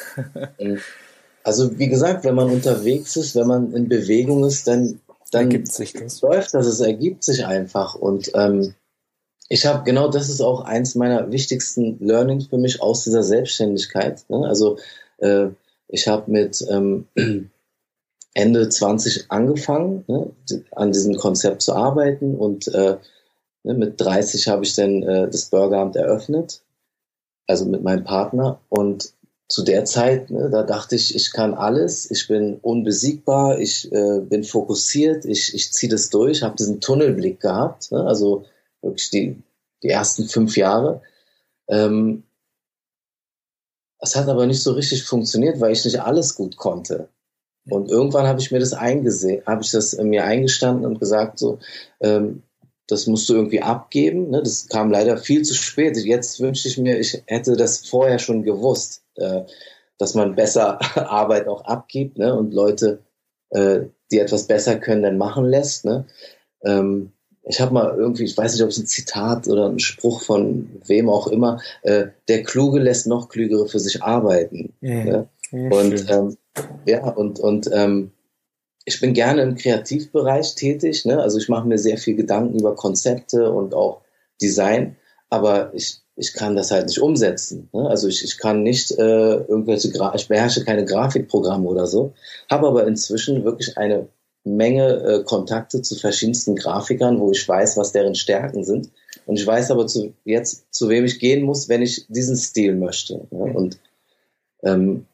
[SPEAKER 2] Also wie gesagt, wenn man unterwegs ist, wenn man in Bewegung ist, dann, dann
[SPEAKER 1] ergibt sich das.
[SPEAKER 2] läuft das, es ergibt sich einfach. Und ähm, ich habe, genau das ist auch eins meiner wichtigsten Learnings für mich aus dieser Selbstständigkeit. Ne? Also äh, ich habe mit ähm, Ende zwanzig angefangen, ne, an diesem Konzept zu arbeiten und äh, ne, mit dreißig habe ich dann äh, das Burgeramt eröffnet, also mit meinem Partner. Und zu der Zeit, ne, da dachte ich, ich kann alles, ich bin unbesiegbar, ich äh, bin fokussiert, ich, ich ziehe das durch, habe diesen Tunnelblick gehabt, ne, also wirklich die, die ersten fünf Jahre. Ähm, Es hat aber nicht so richtig funktioniert, weil ich nicht alles gut konnte. Und irgendwann habe ich mir das eingesehen, habe ich das mir eingestanden und gesagt, so, ähm, das musst du irgendwie abgeben. Ne? Das kam leider viel zu spät. Jetzt wünschte ich mir, ich hätte das vorher schon gewusst, äh, dass man besser Arbeit auch abgibt, ne? Und Leute, äh, die etwas besser können, dann machen lässt. Ne? Ähm, ich habe mal irgendwie, ich weiß nicht, ob es ein Zitat oder ein Spruch von wem auch immer, äh, der Kluge lässt noch Klügere für sich arbeiten. Mhm. Ne? Mhm, und ähm, ja, und, und ähm, ich bin gerne im Kreativbereich tätig, ne? Also ich mache mir sehr viel Gedanken über Konzepte und auch Design, aber ich, ich kann das halt nicht umsetzen. Ne? Also ich, ich kann nicht äh, irgendwelche, Gra- ich beherrsche keine Grafikprogramme oder so, habe aber inzwischen wirklich eine Menge äh, Kontakte zu verschiedensten Grafikern, wo ich weiß, was deren Stärken sind. Und ich weiß aber zu, jetzt, zu wem ich gehen muss, wenn ich diesen Stil möchte. Ne?
[SPEAKER 1] Mhm.
[SPEAKER 2] Und ähm,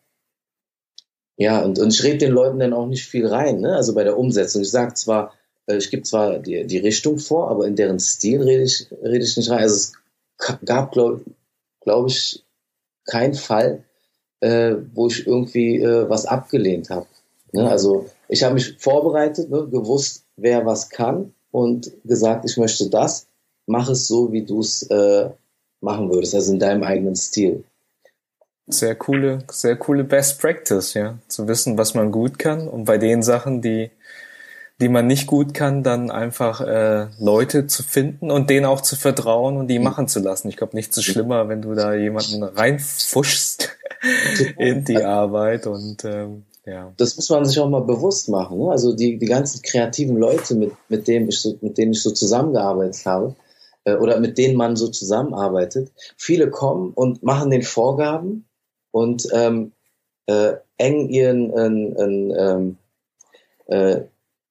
[SPEAKER 2] ja, und, und ich rede den Leuten dann auch nicht viel rein, ne? Also bei der Umsetzung. Ich sage zwar, äh, ich gebe zwar die, die Richtung vor, aber in deren Stil rede ich, rede ich nicht rein. Also es gab, glaube glaub ich, keinen Fall, äh, wo ich irgendwie äh, was abgelehnt habe. Ne? Also ich habe mich vorbereitet, ne, gewusst, wer was kann und gesagt, ich möchte das, mach es so, wie du es äh, machen würdest, also in deinem eigenen Stil.
[SPEAKER 1] Sehr coole, sehr coole Best Practice, ja, zu wissen, was man gut kann und bei den Sachen, die die man nicht gut kann, dann einfach äh, Leute zu finden und denen auch zu vertrauen und die mhm. machen zu lassen. Ich glaube, nichts ist schlimmer, wenn du da jemanden reinfuschst in die Arbeit und ähm, ja.
[SPEAKER 2] Das muss man sich auch mal bewusst machen. Ne? Also die die ganzen kreativen Leute, mit mit denen ich so mit denen ich so zusammengearbeitet habe äh, oder mit denen man so zusammenarbeitet, viele kommen und machen den Vorgaben und ähm, äh, engen ihren äh, äh, äh,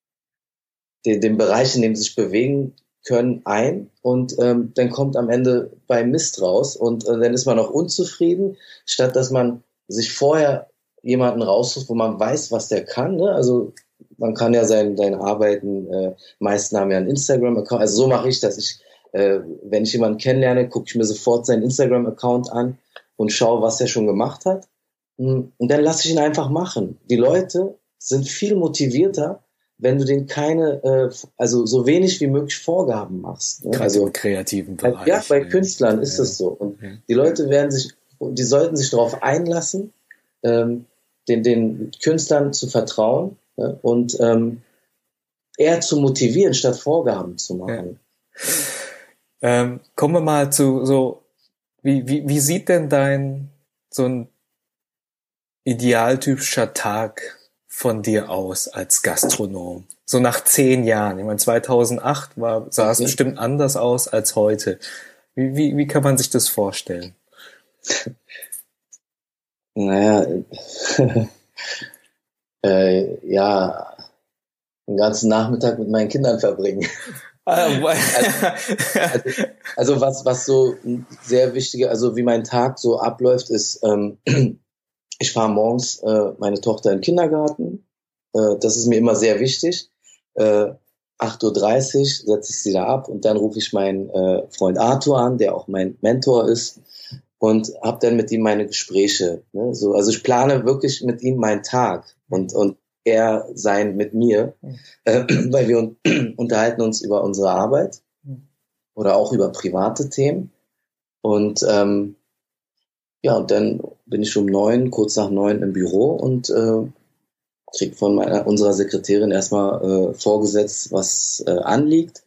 [SPEAKER 2] den, den Bereich, in dem sie sich bewegen können, ein und ähm, dann kommt am Ende bei Mist raus und äh, dann ist man auch unzufrieden, statt dass man sich vorher jemanden raussucht, wo man weiß, was der kann. Ne? Also man kann ja sein, seine Arbeiten, äh, meisten haben ja einen Instagram-Account, also so mache ich das. Ich, äh, wenn ich jemanden kennenlerne, gucke ich mir sofort seinen Instagram-Account an und schaue, was er schon gemacht hat. Und dann lasse ich ihn einfach machen. Die Leute sind viel motivierter, wenn du denen keine, äh, also so wenig wie möglich Vorgaben machst. Ne?
[SPEAKER 1] Gerade
[SPEAKER 2] also
[SPEAKER 1] im kreativen Bereich.
[SPEAKER 2] Ja, bei Künstlern ist es so. Und
[SPEAKER 1] ja.
[SPEAKER 2] Die Leute werden sich, die sollten sich darauf einlassen, ähm, den, den Künstlern zu vertrauen, ne? Und ähm, eher zu motivieren, statt Vorgaben zu machen.
[SPEAKER 1] Ja. Ähm, kommen wir mal zu so, wie, wie, wie sieht denn dein, so ein idealtypischer Tag von dir aus als Gastronom? So nach zehn Jahren. Ich meine, zweitausendacht war, sah es
[SPEAKER 2] okay.
[SPEAKER 1] bestimmt anders aus als heute. Wie, wie, wie kann man sich das vorstellen?
[SPEAKER 2] Naja, äh, ja, den ganzen Nachmittag mit meinen Kindern verbringen. also, also, also was, was so sehr wichtige, also wie mein Tag so abläuft, ist, ähm, ich fahre morgens äh, meine Tochter in den Kindergarten. Äh, das ist mir immer sehr wichtig. Äh, acht Uhr dreißig setze ich sie da ab und dann rufe ich meinen äh, Freund Arthur an, der auch mein Mentor ist, und habe dann mit ihm meine Gespräche. Ne? So, also ich plane wirklich mit ihm meinen Tag und, und er sein mit mir, äh, weil wir un- unterhalten uns über unsere Arbeit oder auch über private Themen. Und ähm, ja, und dann bin ich um neun, kurz nach neun im Büro und äh, krieg von meiner, unserer Sekretärin erstmal äh, vorgesetzt, was äh, anliegt.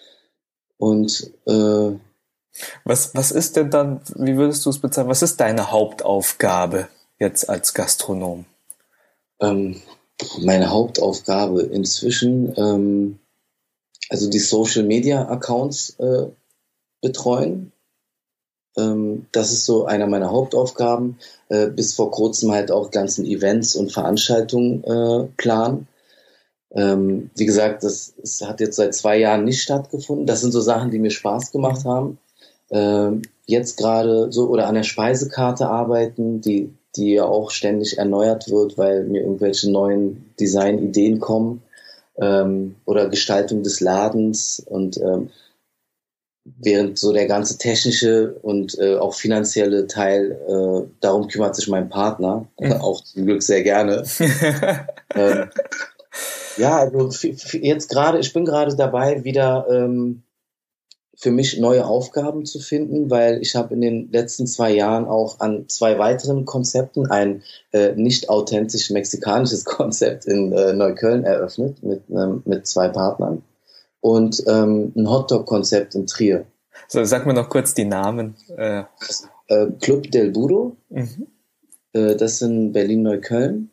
[SPEAKER 2] Und äh,
[SPEAKER 1] was, was ist denn dann, wie würdest du es bezeichnen, was ist deine Hauptaufgabe jetzt als Gastronom?
[SPEAKER 2] Ähm, meine Hauptaufgabe inzwischen, ähm, also die Social Media Accounts äh, betreuen. Ähm, das ist so einer meiner Hauptaufgaben. Äh, bis vor kurzem halt auch ganzen Events und Veranstaltungen äh, planen. Ähm, wie gesagt, das, das hat jetzt seit zwei Jahren nicht stattgefunden. Das sind so Sachen, die mir Spaß gemacht haben. Ähm, jetzt gerade so oder an der Speisekarte arbeiten, die die ja auch ständig erneuert wird, weil mir irgendwelche neuen Designideen kommen, ähm, oder Gestaltung des Ladens und ähm, während so der ganze technische und äh, auch finanzielle Teil, äh, darum kümmert sich mein Partner, mhm. auch zum Glück sehr gerne. ähm, ja, also f- f- jetzt gerade, ich bin gerade dabei, wieder ähm, für mich neue Aufgaben zu finden, weil ich habe in den letzten zwei Jahren auch an zwei weiteren Konzepten ein äh, nicht authentisch mexikanisches Konzept in äh, Neukölln eröffnet mit, ähm, mit zwei Partnern. und ähm, ein Hotdog-Konzept in Trier.
[SPEAKER 1] So, sag mir noch kurz die Namen. Äh.
[SPEAKER 2] Äh, Club del Burro,
[SPEAKER 1] Mhm.
[SPEAKER 2] äh, das in Berlin-Neukölln,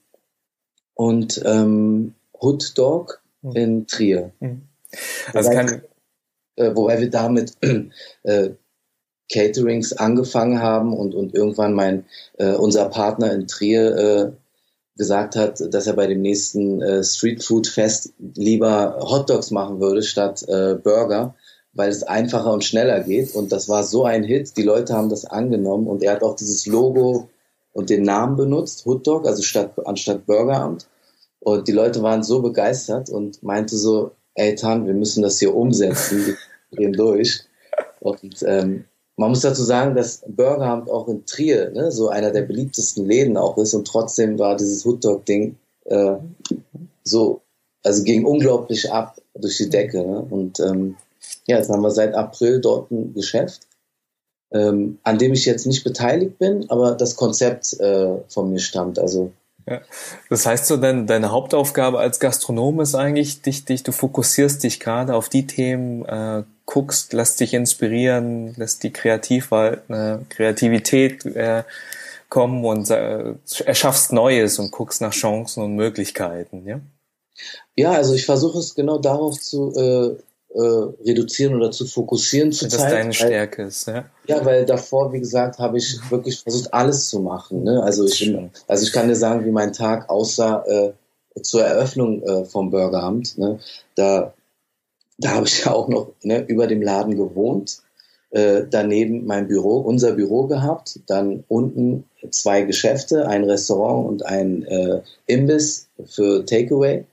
[SPEAKER 2] und ähm, Hood Dog
[SPEAKER 1] Mhm.
[SPEAKER 2] in Trier.
[SPEAKER 1] Mhm. Also
[SPEAKER 2] wobei,
[SPEAKER 1] kann,
[SPEAKER 2] äh, wobei wir damit äh, Caterings angefangen haben und, und irgendwann mein äh, unser Partner in Trier äh, gesagt hat, dass er bei dem nächsten äh, Streetfood-Fest lieber Hotdogs machen würde statt äh, Burger, weil es einfacher und schneller geht. Und das war so ein Hit, die Leute haben das angenommen und er hat auch dieses Logo und den Namen benutzt, Hotdog, also statt, anstatt Burgeramt. Und die Leute waren so begeistert und meinte so, ey Tan, wir müssen das hier umsetzen, wir gehen durch. Und ähm, man muss dazu sagen, dass Burgeramt auch in Trier, ne, so einer der beliebtesten Läden auch ist, und trotzdem war dieses Hotdog-Ding äh, so, also ging unglaublich ab durch die Decke. Ne? Und ähm, ja, jetzt haben wir seit April dort ein Geschäft, ähm, an dem ich jetzt nicht beteiligt bin, aber das Konzept äh, von mir stammt. Also
[SPEAKER 1] ja. Das heißt so, dein, deine Hauptaufgabe als Gastronom ist eigentlich, dich, dich, du fokussierst dich gerade auf die Themen, äh, guckst, lässt dich inspirieren, lässt die Kreativ, äh, Kreativität äh, kommen und äh, erschaffst Neues und guckst nach Chancen und Möglichkeiten, ja?
[SPEAKER 2] Ja, also ich versuche es genau darauf zu äh, äh, reduzieren oder zu fokussieren
[SPEAKER 1] Dass
[SPEAKER 2] zurzeit.
[SPEAKER 1] deine Stärke ist, ja?
[SPEAKER 2] Ja, weil davor, wie gesagt, habe ich wirklich versucht, alles zu machen. Ne? Also ich, also ich kann dir sagen, wie mein Tag aussah äh, zur Eröffnung äh, vom Burgeramt. Ne? Da, da habe ich ja auch noch, ne, über dem Laden gewohnt, äh, daneben mein Büro, unser Büro gehabt, dann unten zwei Geschäfte, ein Restaurant und ein äh, Imbiss für Takeaway.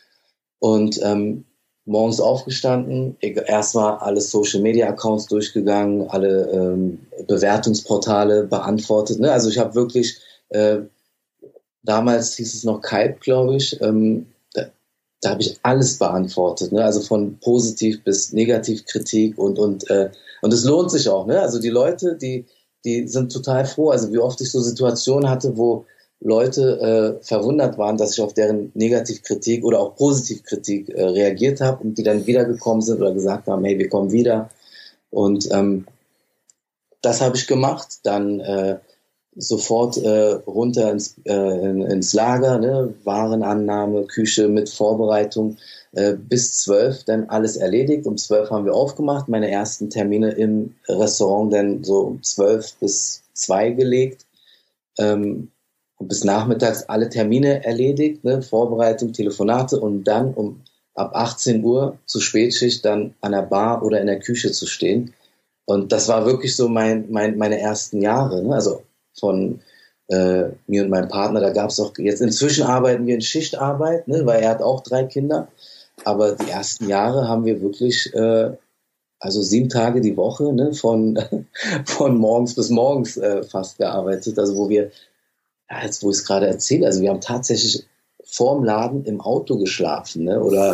[SPEAKER 2] Und ähm, morgens aufgestanden, erstmal alle Social-Media-Accounts durchgegangen, alle ähm, Bewertungsportale beantwortet. Ne? Also ich habe wirklich, äh, damals hieß es noch Kype, glaube ich, ähm, da, da habe ich alles beantwortet. Ne? Also von Positiv bis Negativkritik und und äh, und es lohnt sich auch. Ne? Also die Leute, die die sind total froh. Also wie oft ich so Situationen hatte, wo Leute äh, verwundert waren, dass ich auf deren Negativkritik oder auch Positivkritik äh, reagiert habe und die dann wiedergekommen sind oder gesagt haben, hey, wir kommen wieder. Und ähm, das habe ich gemacht. Dann äh, sofort äh, runter ins, äh, in, ins Lager, ne? Warenannahme, Küche mit Vorbereitung, äh, bis zwölf dann alles erledigt. Um zwölf haben wir aufgemacht, meine ersten Termine im Restaurant dann so um zwölf bis zwei gelegt. Ähm, und bis nachmittags alle Termine erledigt, ne? Vorbereitung, Telefonate, und dann um ab achtzehn Uhr zu Spätschicht dann an der Bar oder in der Küche zu stehen. Und das war wirklich so mein, mein, meine ersten Jahre, ne? Also von äh, mir und meinem Partner, da gab es auch, jetzt inzwischen arbeiten wir in Schichtarbeit, ne? Weil er hat auch drei Kinder, aber die ersten Jahre haben wir wirklich äh, also sieben Tage die Woche, ne? von, von morgens bis morgens äh, fast gearbeitet, also wo wir, ja, jetzt wo ich es gerade erzähle, also wir haben tatsächlich vorm Laden im Auto geschlafen, ne? oder,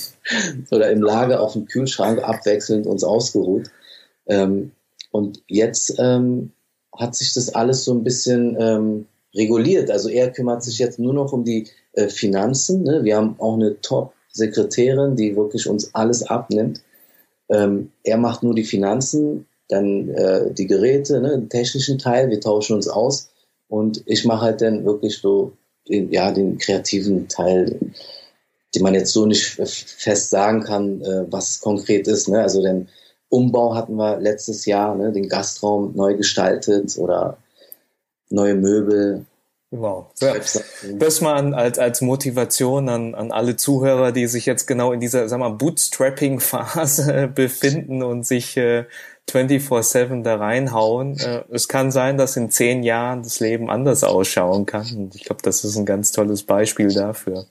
[SPEAKER 2] oder im Lager auf dem Kühlschrank abwechselnd uns ausgeruht. Ähm, und jetzt ähm, hat sich das alles so ein bisschen ähm, reguliert. Also er kümmert sich jetzt nur noch um die äh, Finanzen. Ne? Wir haben auch eine Top-Sekretärin, die wirklich uns alles abnimmt. Ähm, er macht nur die Finanzen, dann äh, die Geräte, ne? Den technischen Teil, wir tauschen uns aus. Und ich mache halt dann wirklich so den, ja, den kreativen Teil, den man jetzt so nicht fest sagen kann, äh, was es konkret ist. Ne? Also den Umbau hatten wir letztes Jahr, ne? Den Gastraum neu gestaltet oder neue Möbel.
[SPEAKER 1] Wow. Ja. Das mal an, als, als Motivation an, an alle Zuhörer, die sich jetzt genau in dieser, sag mal, Bootstrapping-Phase befinden und sich äh, vierundzwanzig sieben da reinhauen. Äh, es kann sein, dass in zehn Jahren das Leben anders ausschauen kann. Und ich glaube, das ist ein ganz tolles Beispiel dafür.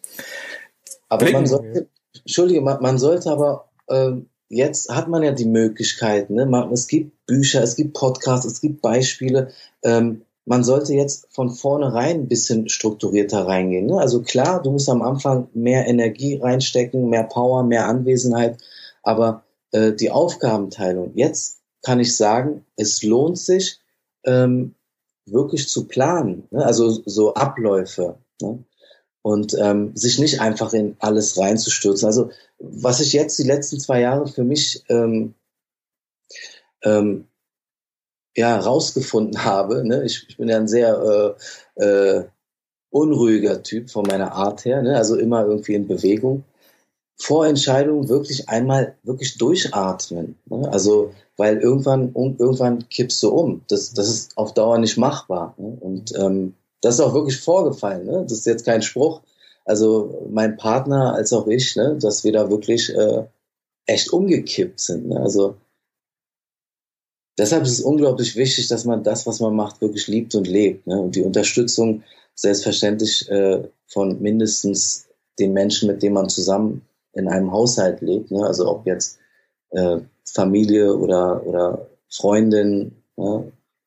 [SPEAKER 2] Aber Blicken. man sollte, Entschuldige, man, man sollte aber, äh, jetzt hat man ja die Möglichkeit, ne? Man, es gibt Bücher, es gibt Podcasts, es gibt Beispiele. Ähm, man sollte jetzt von vornherein ein bisschen strukturierter reingehen. Ne? Also klar, du musst am Anfang mehr Energie reinstecken, mehr Power, mehr Anwesenheit, aber äh, die Aufgabenteilung, jetzt kann ich sagen, es lohnt sich, ähm, wirklich zu planen, ne? Also so Abläufe. Ne? und ähm, sich nicht einfach in alles reinzustürzen. Also was ich jetzt die letzten zwei Jahre für mich ähm, ähm, ja rausgefunden habe, ne? ich, ich bin ja ein sehr äh, äh, unruhiger Typ von meiner Art her, ne? Also immer irgendwie in Bewegung. Vor Entscheidungen wirklich einmal wirklich durchatmen, ne? Also weil irgendwann um, irgendwann kippst du um. Das, das ist auf Dauer nicht machbar. Ne? Und ähm, das ist auch wirklich vorgefallen. Ne? Das ist jetzt kein Spruch. Also mein Partner als auch ich, ne? Dass wir da wirklich äh, echt umgekippt sind. Ne? Also deshalb ist es unglaublich wichtig, dass man das, was man macht, wirklich liebt und lebt. Ne? Und die Unterstützung selbstverständlich äh, von mindestens den Menschen, mit denen man zusammen in einem Haushalt lebt. Ne? Also ob jetzt äh, Familie oder, oder Freundin, ja?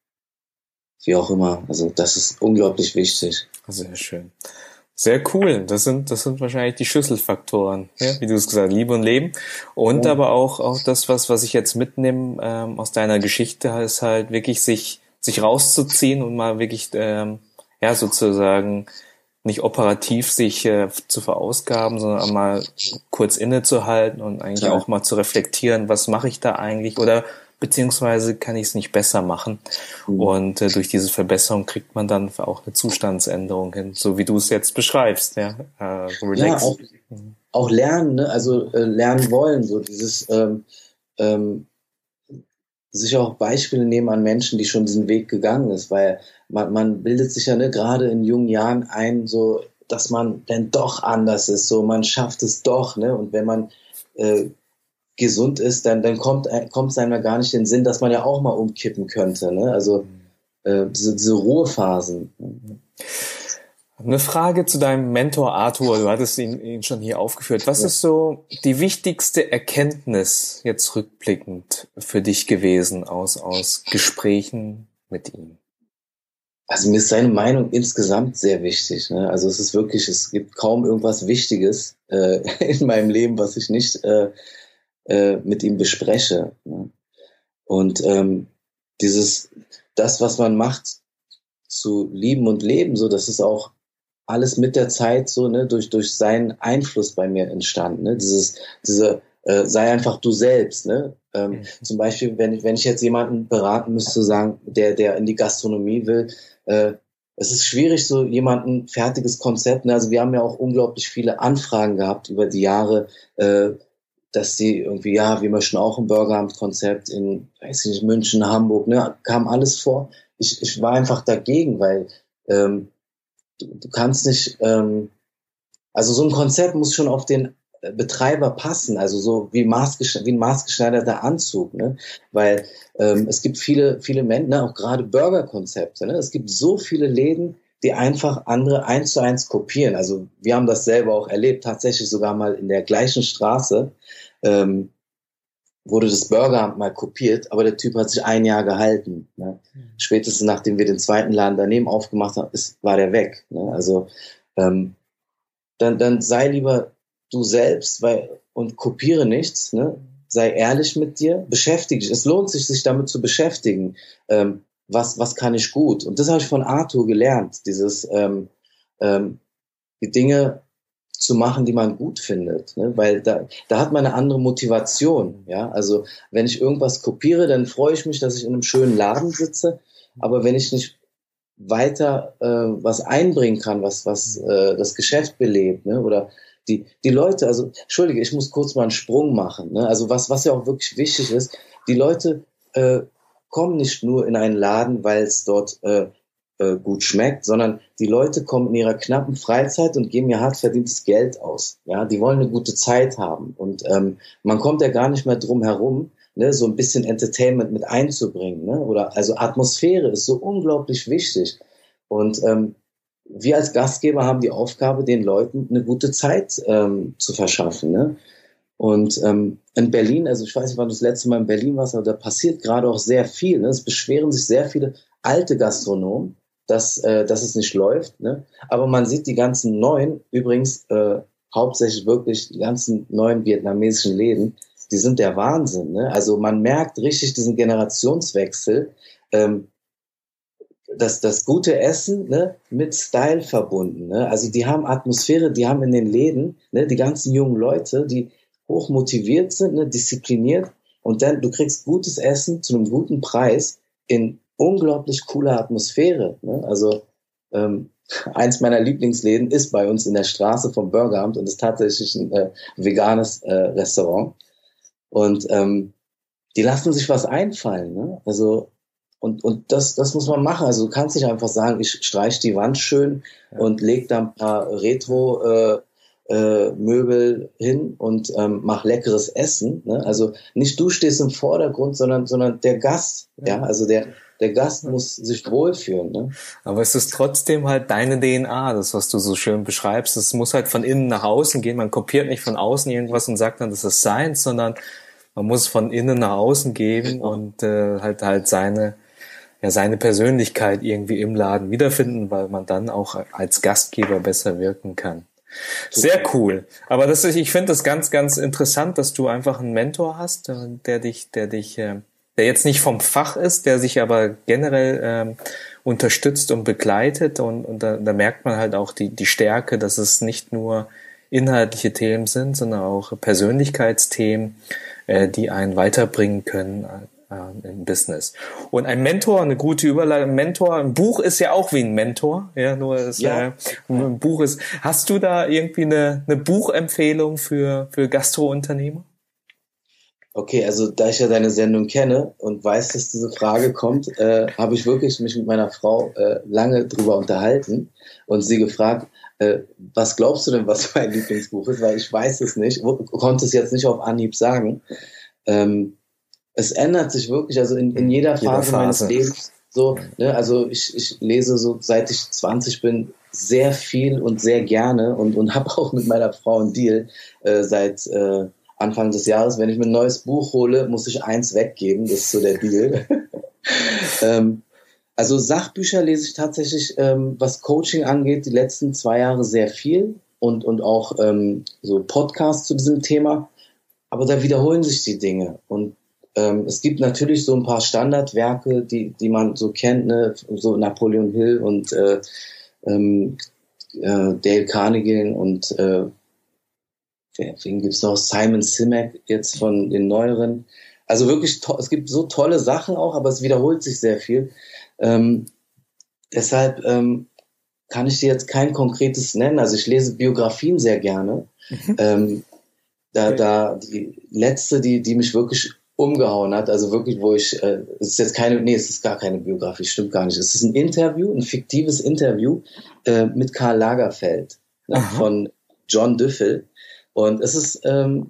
[SPEAKER 2] Wie auch immer. Also das ist unglaublich wichtig.
[SPEAKER 1] Sehr schön. Sehr cool. Das sind, das sind wahrscheinlich die Schlüsselfaktoren, ja? Wie du es gesagt hast, Liebe und Leben. Und
[SPEAKER 2] Ja.
[SPEAKER 1] aber auch, auch das, was, was ich jetzt mitnehme ähm, aus deiner Geschichte, ist halt wirklich sich, sich rauszuziehen und mal wirklich, ähm, ja, sozusagen nicht operativ sich äh, zu verausgaben, sondern mal kurz innezuhalten und eigentlich
[SPEAKER 2] Ja.
[SPEAKER 1] auch mal zu reflektieren, was mache ich da eigentlich oder beziehungsweise kann ich es nicht besser machen. Mhm. Und äh, durch diese Verbesserung kriegt man dann auch eine Zustandsänderung hin, so wie du es jetzt beschreibst. Ja, äh,
[SPEAKER 2] ja auch, auch lernen, ne? Also äh, lernen wollen, so dieses ähm, ähm, sich auch Beispiele nehmen an Menschen, die schon diesen Weg gegangen ist, weil man, man bildet sich ja ne, gerade in jungen Jahren ein, so dass man dann doch anders ist, so man schafft es doch, ne? Und wenn man äh, gesund ist, dann, dann kommt kommt es einem ja gar nicht in den Sinn, dass man ja auch mal umkippen könnte, ne? Also äh, diese, diese Ruhephasen.
[SPEAKER 1] Eine Frage zu deinem Mentor Arthur, du hattest ihn, ihn schon hier aufgeführt. Was ja. ist so die wichtigste Erkenntnis jetzt rückblickend für dich gewesen aus, aus Gesprächen mit ihm?
[SPEAKER 2] Also mir ist seine Meinung insgesamt sehr wichtig. Ne? Also es ist wirklich, es gibt kaum irgendwas Wichtiges äh, in meinem Leben, was ich nicht äh, äh, mit ihm bespreche. Ne? Und ähm, dieses, das, was man macht, zu lieben und leben, so, das ist auch alles mit der Zeit so, ne, durch, durch seinen Einfluss bei mir entstanden, ne, dieses, diese, äh, sei einfach du selbst, ne, ähm, mhm. Zum Beispiel, wenn ich, wenn ich jetzt jemanden beraten müsste, sagen, der, der in die Gastronomie will, äh, es ist schwierig, so jemanden fertiges Konzept, ne, also wir haben ja auch unglaublich viele Anfragen gehabt über die Jahre, äh, dass die irgendwie, ja, wir möchten auch ein Burgerabend-Konzept in, weiß ich nicht, München, Hamburg, ne, kam alles vor. Ich, ich war einfach dagegen, weil, ähm, Du, du kannst nicht, ähm, also so ein Konzept muss schon auf den Betreiber passen, also so wie, maßgesch- wie ein maßgeschneiderter Anzug, ne? Weil ähm, es gibt viele, viele Menschen, ne, auch gerade Burgerkonzepte, ne? Es gibt so viele Läden, die einfach andere eins zu eins kopieren. Also wir haben das selber auch erlebt, tatsächlich sogar mal in der gleichen Straße ähm, wurde das Burgeramt mal kopiert, aber der Typ hat sich ein Jahr gehalten. Ne? Mhm. Spätestens nachdem wir den zweiten Laden daneben aufgemacht haben, ist, war der weg. Ne? Also ähm, dann, dann sei lieber du selbst weil, und kopiere nichts. Ne? Sei ehrlich mit dir, beschäftige dich. Es lohnt sich, sich damit zu beschäftigen. Ähm, was, was kann ich gut? Und das habe ich von Arthur gelernt, dieses ähm, ähm, die Dinge zu machen, die man gut findet, ne? Weil da, da hat man eine andere Motivation, ja, also wenn ich irgendwas kopiere, dann freue ich mich, dass ich in einem schönen Laden sitze, aber wenn ich nicht weiter äh, was einbringen kann, was was äh, das Geschäft belebt, ne? Oder die die Leute, also entschuldige, ich muss kurz mal einen Sprung machen, ne? Also was was ja auch wirklich wichtig ist, die Leute äh, kommen nicht nur in einen Laden, weil es dort äh, gut schmeckt, sondern die Leute kommen in ihrer knappen Freizeit und geben ihr hart verdientes Geld aus. Ja, die wollen eine gute Zeit haben und ähm, man kommt ja gar nicht mehr drum herum, ne, so ein bisschen Entertainment mit einzubringen, ne, oder also Atmosphäre ist so unglaublich wichtig und ähm, wir als Gastgeber haben die Aufgabe, den Leuten eine gute Zeit ähm, zu verschaffen, ne. Und ähm, in Berlin, also ich weiß nicht, wann du das letzte Mal in Berlin warst, aber da passiert gerade auch sehr viel. Ne? Es beschweren sich sehr viele alte Gastronomen, dass, äh, dass es nicht läuft. Ne? Aber man sieht die ganzen neuen, übrigens äh, hauptsächlich wirklich die ganzen neuen vietnamesischen Läden, die sind der Wahnsinn. Ne? Also man merkt richtig diesen Generationswechsel. Ähm, das, das gute Essen, ne, mit Style verbunden. Ne? Also die haben Atmosphäre, die haben in den Läden, ne, die ganzen jungen Leute, die hoch motiviert sind, ne, diszipliniert, und dann du kriegst gutes Essen zu einem guten Preis in unglaublich cooler Atmosphäre. Ne? Also ähm, eins meiner Lieblingsläden ist bei uns in der Straße vom Burgeramt und ist tatsächlich ein äh, veganes äh, Restaurant. Und ähm, die lassen sich was einfallen. Ne? Also Und, und das, das muss man machen. Also du kannst nicht einfach sagen, ich streich die Wand schön ja. und leg da ein paar Retro-Möbel äh, äh, hin und ähm, mach leckeres Essen. Ne? Also nicht du stehst im Vordergrund, sondern, sondern der Gast. Ja, ja? Also der, der Gast ja. muss sich wohlfühlen. Ne?
[SPEAKER 1] Aber es ist trotzdem halt deine D N A, das, was du so schön beschreibst. Es muss halt von innen nach außen gehen. Man kopiert nicht von außen irgendwas und sagt dann, das ist seins, sondern man muss von innen nach außen geben genau. und äh, halt halt seine ja seine Persönlichkeit irgendwie im Laden wiederfinden, weil man dann auch als Gastgeber besser wirken kann. Sehr cool. Aber das ist, ich finde das ganz, ganz interessant, dass du einfach einen Mentor hast, der dich, der dich, der jetzt nicht vom Fach ist, der sich aber generell ähm, unterstützt und begleitet, und, und da, da merkt man halt auch die, die Stärke, dass es nicht nur inhaltliche Themen sind, sondern auch Persönlichkeitsthemen, äh, die einen weiterbringen können im Business. Und ein Mentor, eine gute Überleitung, ein Mentor, ein Buch ist ja auch wie ein Mentor, ja, nur es, ja. Äh, ein Buch ist. Hast du da irgendwie eine, eine Buchempfehlung für, für Gastrounternehmer?
[SPEAKER 2] Okay, also da ich ja deine Sendung kenne und weiß, dass diese Frage kommt, äh, habe ich wirklich mich mit meiner Frau äh, lange drüber unterhalten und sie gefragt, äh, was glaubst du denn, was mein Lieblingsbuch ist? Weil ich weiß es nicht, konnte es jetzt nicht auf Anhieb sagen. Ähm, Es ändert sich wirklich, also in, in jeder Phase, Phase meines Lebens. So, ne, also ich, ich lese so, seit ich zwanzig bin, sehr viel und sehr gerne und, und habe auch mit meiner Frau einen Deal äh, seit äh, Anfang des Jahres. Wenn ich mir ein neues Buch hole, muss ich eins weggeben. Das ist so der Deal. ähm, also Sachbücher lese ich tatsächlich, ähm, was Coaching angeht, die letzten zwei Jahre sehr viel und, und auch ähm, so Podcasts zu diesem Thema. Aber da wiederholen sich die Dinge und Ähm, es gibt natürlich so ein paar Standardwerke, die, die man so kennt, ne? So Napoleon Hill und äh, ähm, äh, Dale Carnegie und äh, wen gibt's noch? Simon Sinek jetzt von den neueren. Also wirklich, to- es gibt so tolle Sachen auch, aber es wiederholt sich sehr viel. Ähm, deshalb ähm, kann ich dir jetzt kein konkretes nennen. Also ich lese Biografien sehr gerne. Mhm. Ähm, da, da die letzte, die, die mich wirklich umgehauen hat, also wirklich, wo ich, äh, es ist jetzt keine, nee, es ist gar keine Biografie, stimmt gar nicht. Es ist ein Interview, ein fiktives Interview äh, mit Karl Lagerfeld, ne, von John Düffel. Und es ist, ähm,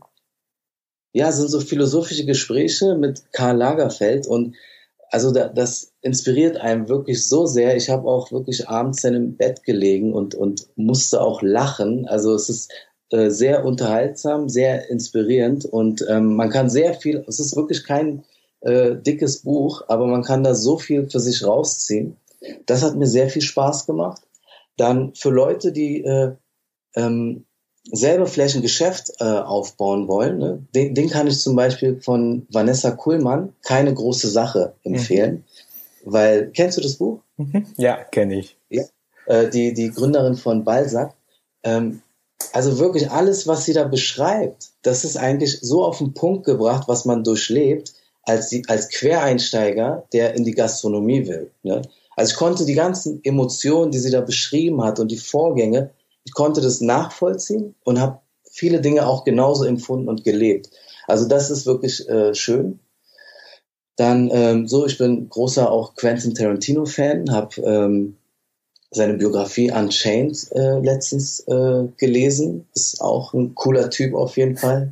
[SPEAKER 2] ja, es sind so philosophische Gespräche mit Karl Lagerfeld und also da, das inspiriert einen wirklich so sehr. Ich habe auch wirklich abends dann im Bett gelegen und, und musste auch lachen. Also es ist äh, sehr unterhaltsam, sehr inspirierend und ähm, man kann sehr viel, es ist wirklich kein äh, dickes Buch, aber man kann da so viel für sich rausziehen. Das hat mir sehr viel Spaß gemacht. Dann für Leute, die äh, ähm, selber vielleicht ein Geschäft äh, aufbauen wollen, ne? den, den kann ich zum Beispiel von Vanessa Kuhlmann, Keine große Sache, empfehlen. Mhm. Weil, kennst du das Buch?
[SPEAKER 1] Mhm. Ja, kenne ich.
[SPEAKER 2] Ja. Äh, die, die Gründerin von Balzac. Ähm, also wirklich alles, was sie da beschreibt, das ist eigentlich so auf den Punkt gebracht, was man durchlebt, als, die, als Quereinsteiger, der in die Gastronomie will. Ne? Also ich konnte die ganzen Emotionen, die sie da beschrieben hat und die Vorgänge, ich konnte das nachvollziehen und habe viele Dinge auch genauso empfunden und gelebt. Also das ist wirklich äh, schön. Dann ähm, so, ich bin großer auch Quentin Tarantino-Fan, habe ähm, seine Biografie Unchained äh, letztens äh, gelesen. Ist auch ein cooler Typ auf jeden Fall.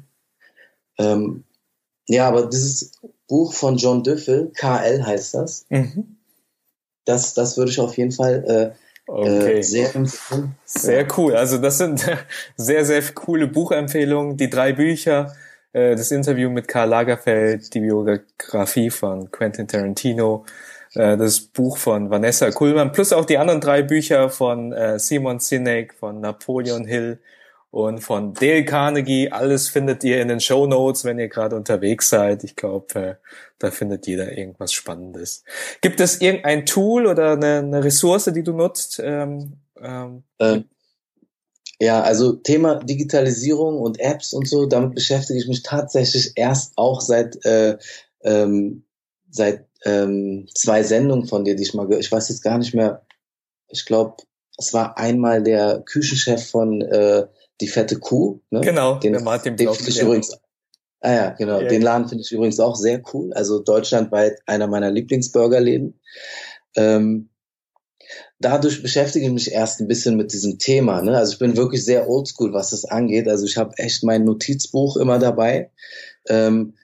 [SPEAKER 2] Ähm, ja, aber dieses Buch von John Düffel, K L heißt das, mhm. das, das würde ich auf jeden Fall äh,
[SPEAKER 1] Okay.
[SPEAKER 2] Äh, sehr,
[SPEAKER 1] sehr cool. Also das sind sehr, sehr coole Buchempfehlungen. Die drei Bücher, äh, das Interview mit Karl Lagerfeld, die Biografie von Quentin Tarantino, äh, das Buch von Vanessa Kuhlmann, plus auch die anderen drei Bücher von äh, Simon Sinek, von Napoleon Hill und von Dale Carnegie. Alles findet ihr in den Shownotes, wenn ihr gerade unterwegs seid. Ich glaube, äh, da findet jeder irgendwas Spannendes. Gibt es irgendein Tool oder eine, eine Ressource, die du nutzt? Ähm, ähm,
[SPEAKER 2] ähm, ja, also Thema Digitalisierung und Apps und so, damit beschäftige ich mich tatsächlich erst auch seit äh, ähm, seit ähm, zwei Sendungen von dir, die ich mal gehört. Ich weiß jetzt gar nicht mehr. Ich glaube, es war einmal der Küchenchef von äh, Die fette Kuh. Ne?
[SPEAKER 1] Genau,
[SPEAKER 2] den,
[SPEAKER 1] der Martin
[SPEAKER 2] den
[SPEAKER 1] Block.
[SPEAKER 2] finde ich
[SPEAKER 1] Ja.
[SPEAKER 2] übrigens, ah ja, genau,
[SPEAKER 1] Ja.
[SPEAKER 2] den Laden finde ich übrigens auch sehr cool. Also deutschlandweit einer meiner Lieblingsburgerläden. Ähm, dadurch beschäftige ich mich erst ein bisschen mit diesem Thema. Ne? Also ich bin wirklich sehr oldschool, was das angeht. Also ich habe echt mein Notizbuch immer dabei. Ähm,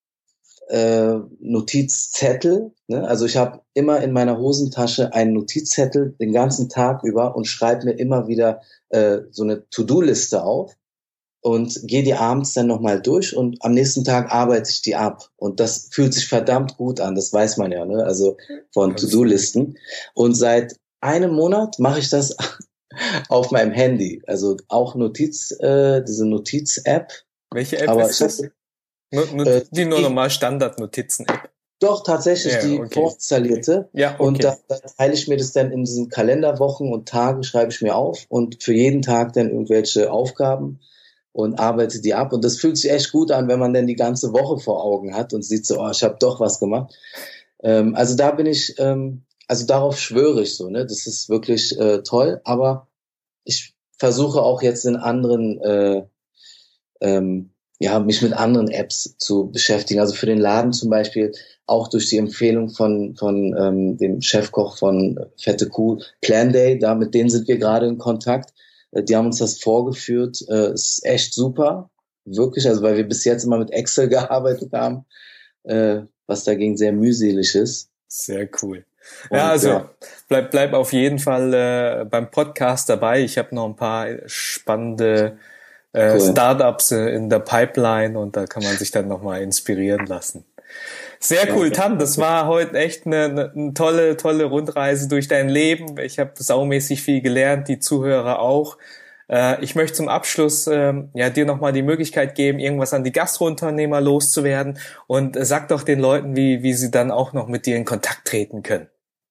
[SPEAKER 2] Äh, Notizzettel, ne? Also ich habe immer in meiner Hosentasche einen Notizzettel den ganzen Tag über und schreibe mir immer wieder äh, so eine To-Do-Liste auf und gehe die abends dann nochmal durch und am nächsten Tag arbeite ich die ab. Und das fühlt sich verdammt gut an, das weiß man ja, ne? Also von To-Do-Listen. Und seit einem Monat mache ich das auf meinem Handy. Also auch Notiz, äh, diese Notiz-App.
[SPEAKER 1] Welche App
[SPEAKER 2] Aber
[SPEAKER 1] ist das? Nur, nur,
[SPEAKER 2] äh,
[SPEAKER 1] die nur normal Standard-Notizen-App.
[SPEAKER 2] Doch, tatsächlich
[SPEAKER 1] ja,
[SPEAKER 2] die
[SPEAKER 1] okay.
[SPEAKER 2] vorinstallierte.
[SPEAKER 1] Ja, okay.
[SPEAKER 2] Und da, da teile ich mir das dann in diesen Kalenderwochen und Tagen, schreibe ich mir auf und für jeden Tag dann irgendwelche Aufgaben und arbeite die ab. Und das fühlt sich echt gut an, wenn man dann die ganze Woche vor Augen hat und sieht so, oh, ich habe doch was gemacht. Ähm, also da bin ich, ähm, also darauf schwöre ich so, ne? Das ist wirklich äh, toll. Aber ich versuche auch jetzt in anderen äh, ähm, ja, mich mit anderen Apps zu beschäftigen. Also für den Laden zum Beispiel auch durch die Empfehlung von von ähm, dem Chefkoch von Fette Kuh, Plan Day, da mit denen sind wir gerade in Kontakt. Äh, die haben uns das vorgeführt. Äh, ist echt super, wirklich. Also weil wir bis jetzt immer mit Excel gearbeitet haben, äh, was dagegen sehr mühselig ist.
[SPEAKER 1] Sehr cool.
[SPEAKER 2] Und,
[SPEAKER 1] ja, also
[SPEAKER 2] ja.
[SPEAKER 1] bleib bleib auf jeden Fall äh, beim Podcast dabei. Ich habe noch ein paar spannende Äh, cool. Startups in der Pipeline und da kann man sich dann nochmal inspirieren lassen. Sehr cool, Tan, das war heute echt eine, eine, eine tolle, tolle Rundreise durch dein Leben. Ich habe saumäßig viel gelernt, die Zuhörer auch. Äh, ich möchte zum Abschluss äh, ja dir nochmal die Möglichkeit geben, irgendwas an die Gastrounternehmer loszuwerden und äh, sag doch den Leuten, wie, wie sie dann auch noch mit dir in Kontakt treten können.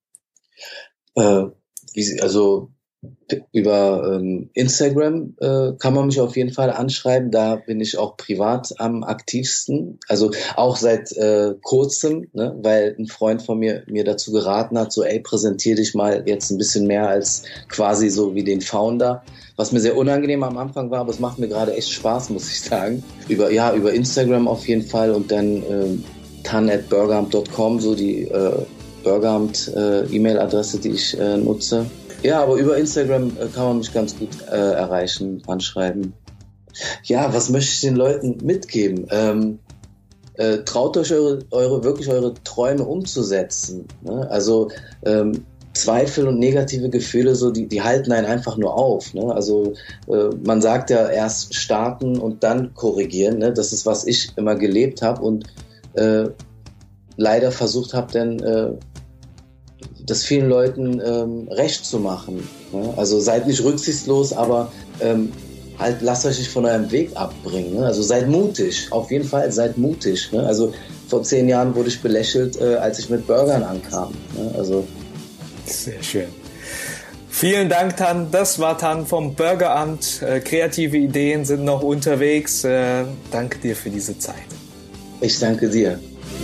[SPEAKER 2] Äh, wie sie, also über ähm, Instagram äh, kann man mich auf jeden Fall anschreiben. Da bin ich auch privat am aktivsten. Also auch seit äh, kurzem, ne, weil ein Freund von mir mir dazu geraten hat, so ey, präsentier dich mal jetzt ein bisschen mehr als quasi so wie den Founder. Was mir sehr unangenehm am Anfang war, aber es macht mir gerade echt Spaß, muss ich sagen. Über ja über Instagram auf jeden Fall und dann äh, tan at burgeramt dot com, so die äh, Burgeramt äh, E-Mail-Adresse, die ich äh, nutze. Ja, aber über Instagram äh, kann man mich ganz gut äh, erreichen, anschreiben. Ja, was möchte ich den Leuten mitgeben? Ähm, äh, traut euch eure, eure wirklich eure Träume umzusetzen. Ne? Also ähm, Zweifel und negative Gefühle, so die, die halten einen einfach nur auf. Ne? Also äh, man sagt ja erst starten und dann korrigieren. Ne? Das ist, was ich immer gelebt habe und äh, leider versucht habe, dann äh, das vielen Leuten ähm, recht zu machen. Ne? Also seid nicht rücksichtslos, aber ähm, halt lasst euch nicht von eurem Weg abbringen. Ne? Also seid mutig, auf jeden Fall seid mutig. Ne? Also vor zehn Jahren wurde ich belächelt, äh, als ich mit Burgern ankam. Ne? Also
[SPEAKER 1] sehr schön. Vielen Dank, Tan. Das war Tan vom Burgeramt. Äh, kreative Ideen sind noch unterwegs. Äh, danke dir für diese Zeit.
[SPEAKER 2] Ich danke dir.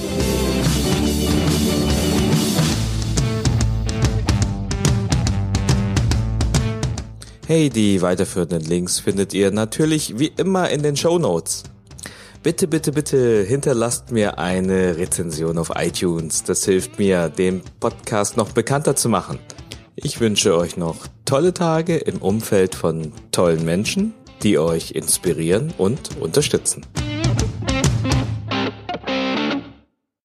[SPEAKER 3] Hey, die weiterführenden Links findet ihr natürlich wie immer in den Shownotes. Bitte, bitte, bitte hinterlasst mir eine Rezension auf iTunes. Das hilft mir, den Podcast noch bekannter zu machen. Ich wünsche euch noch tolle Tage im Umfeld von tollen Menschen, die euch inspirieren und unterstützen.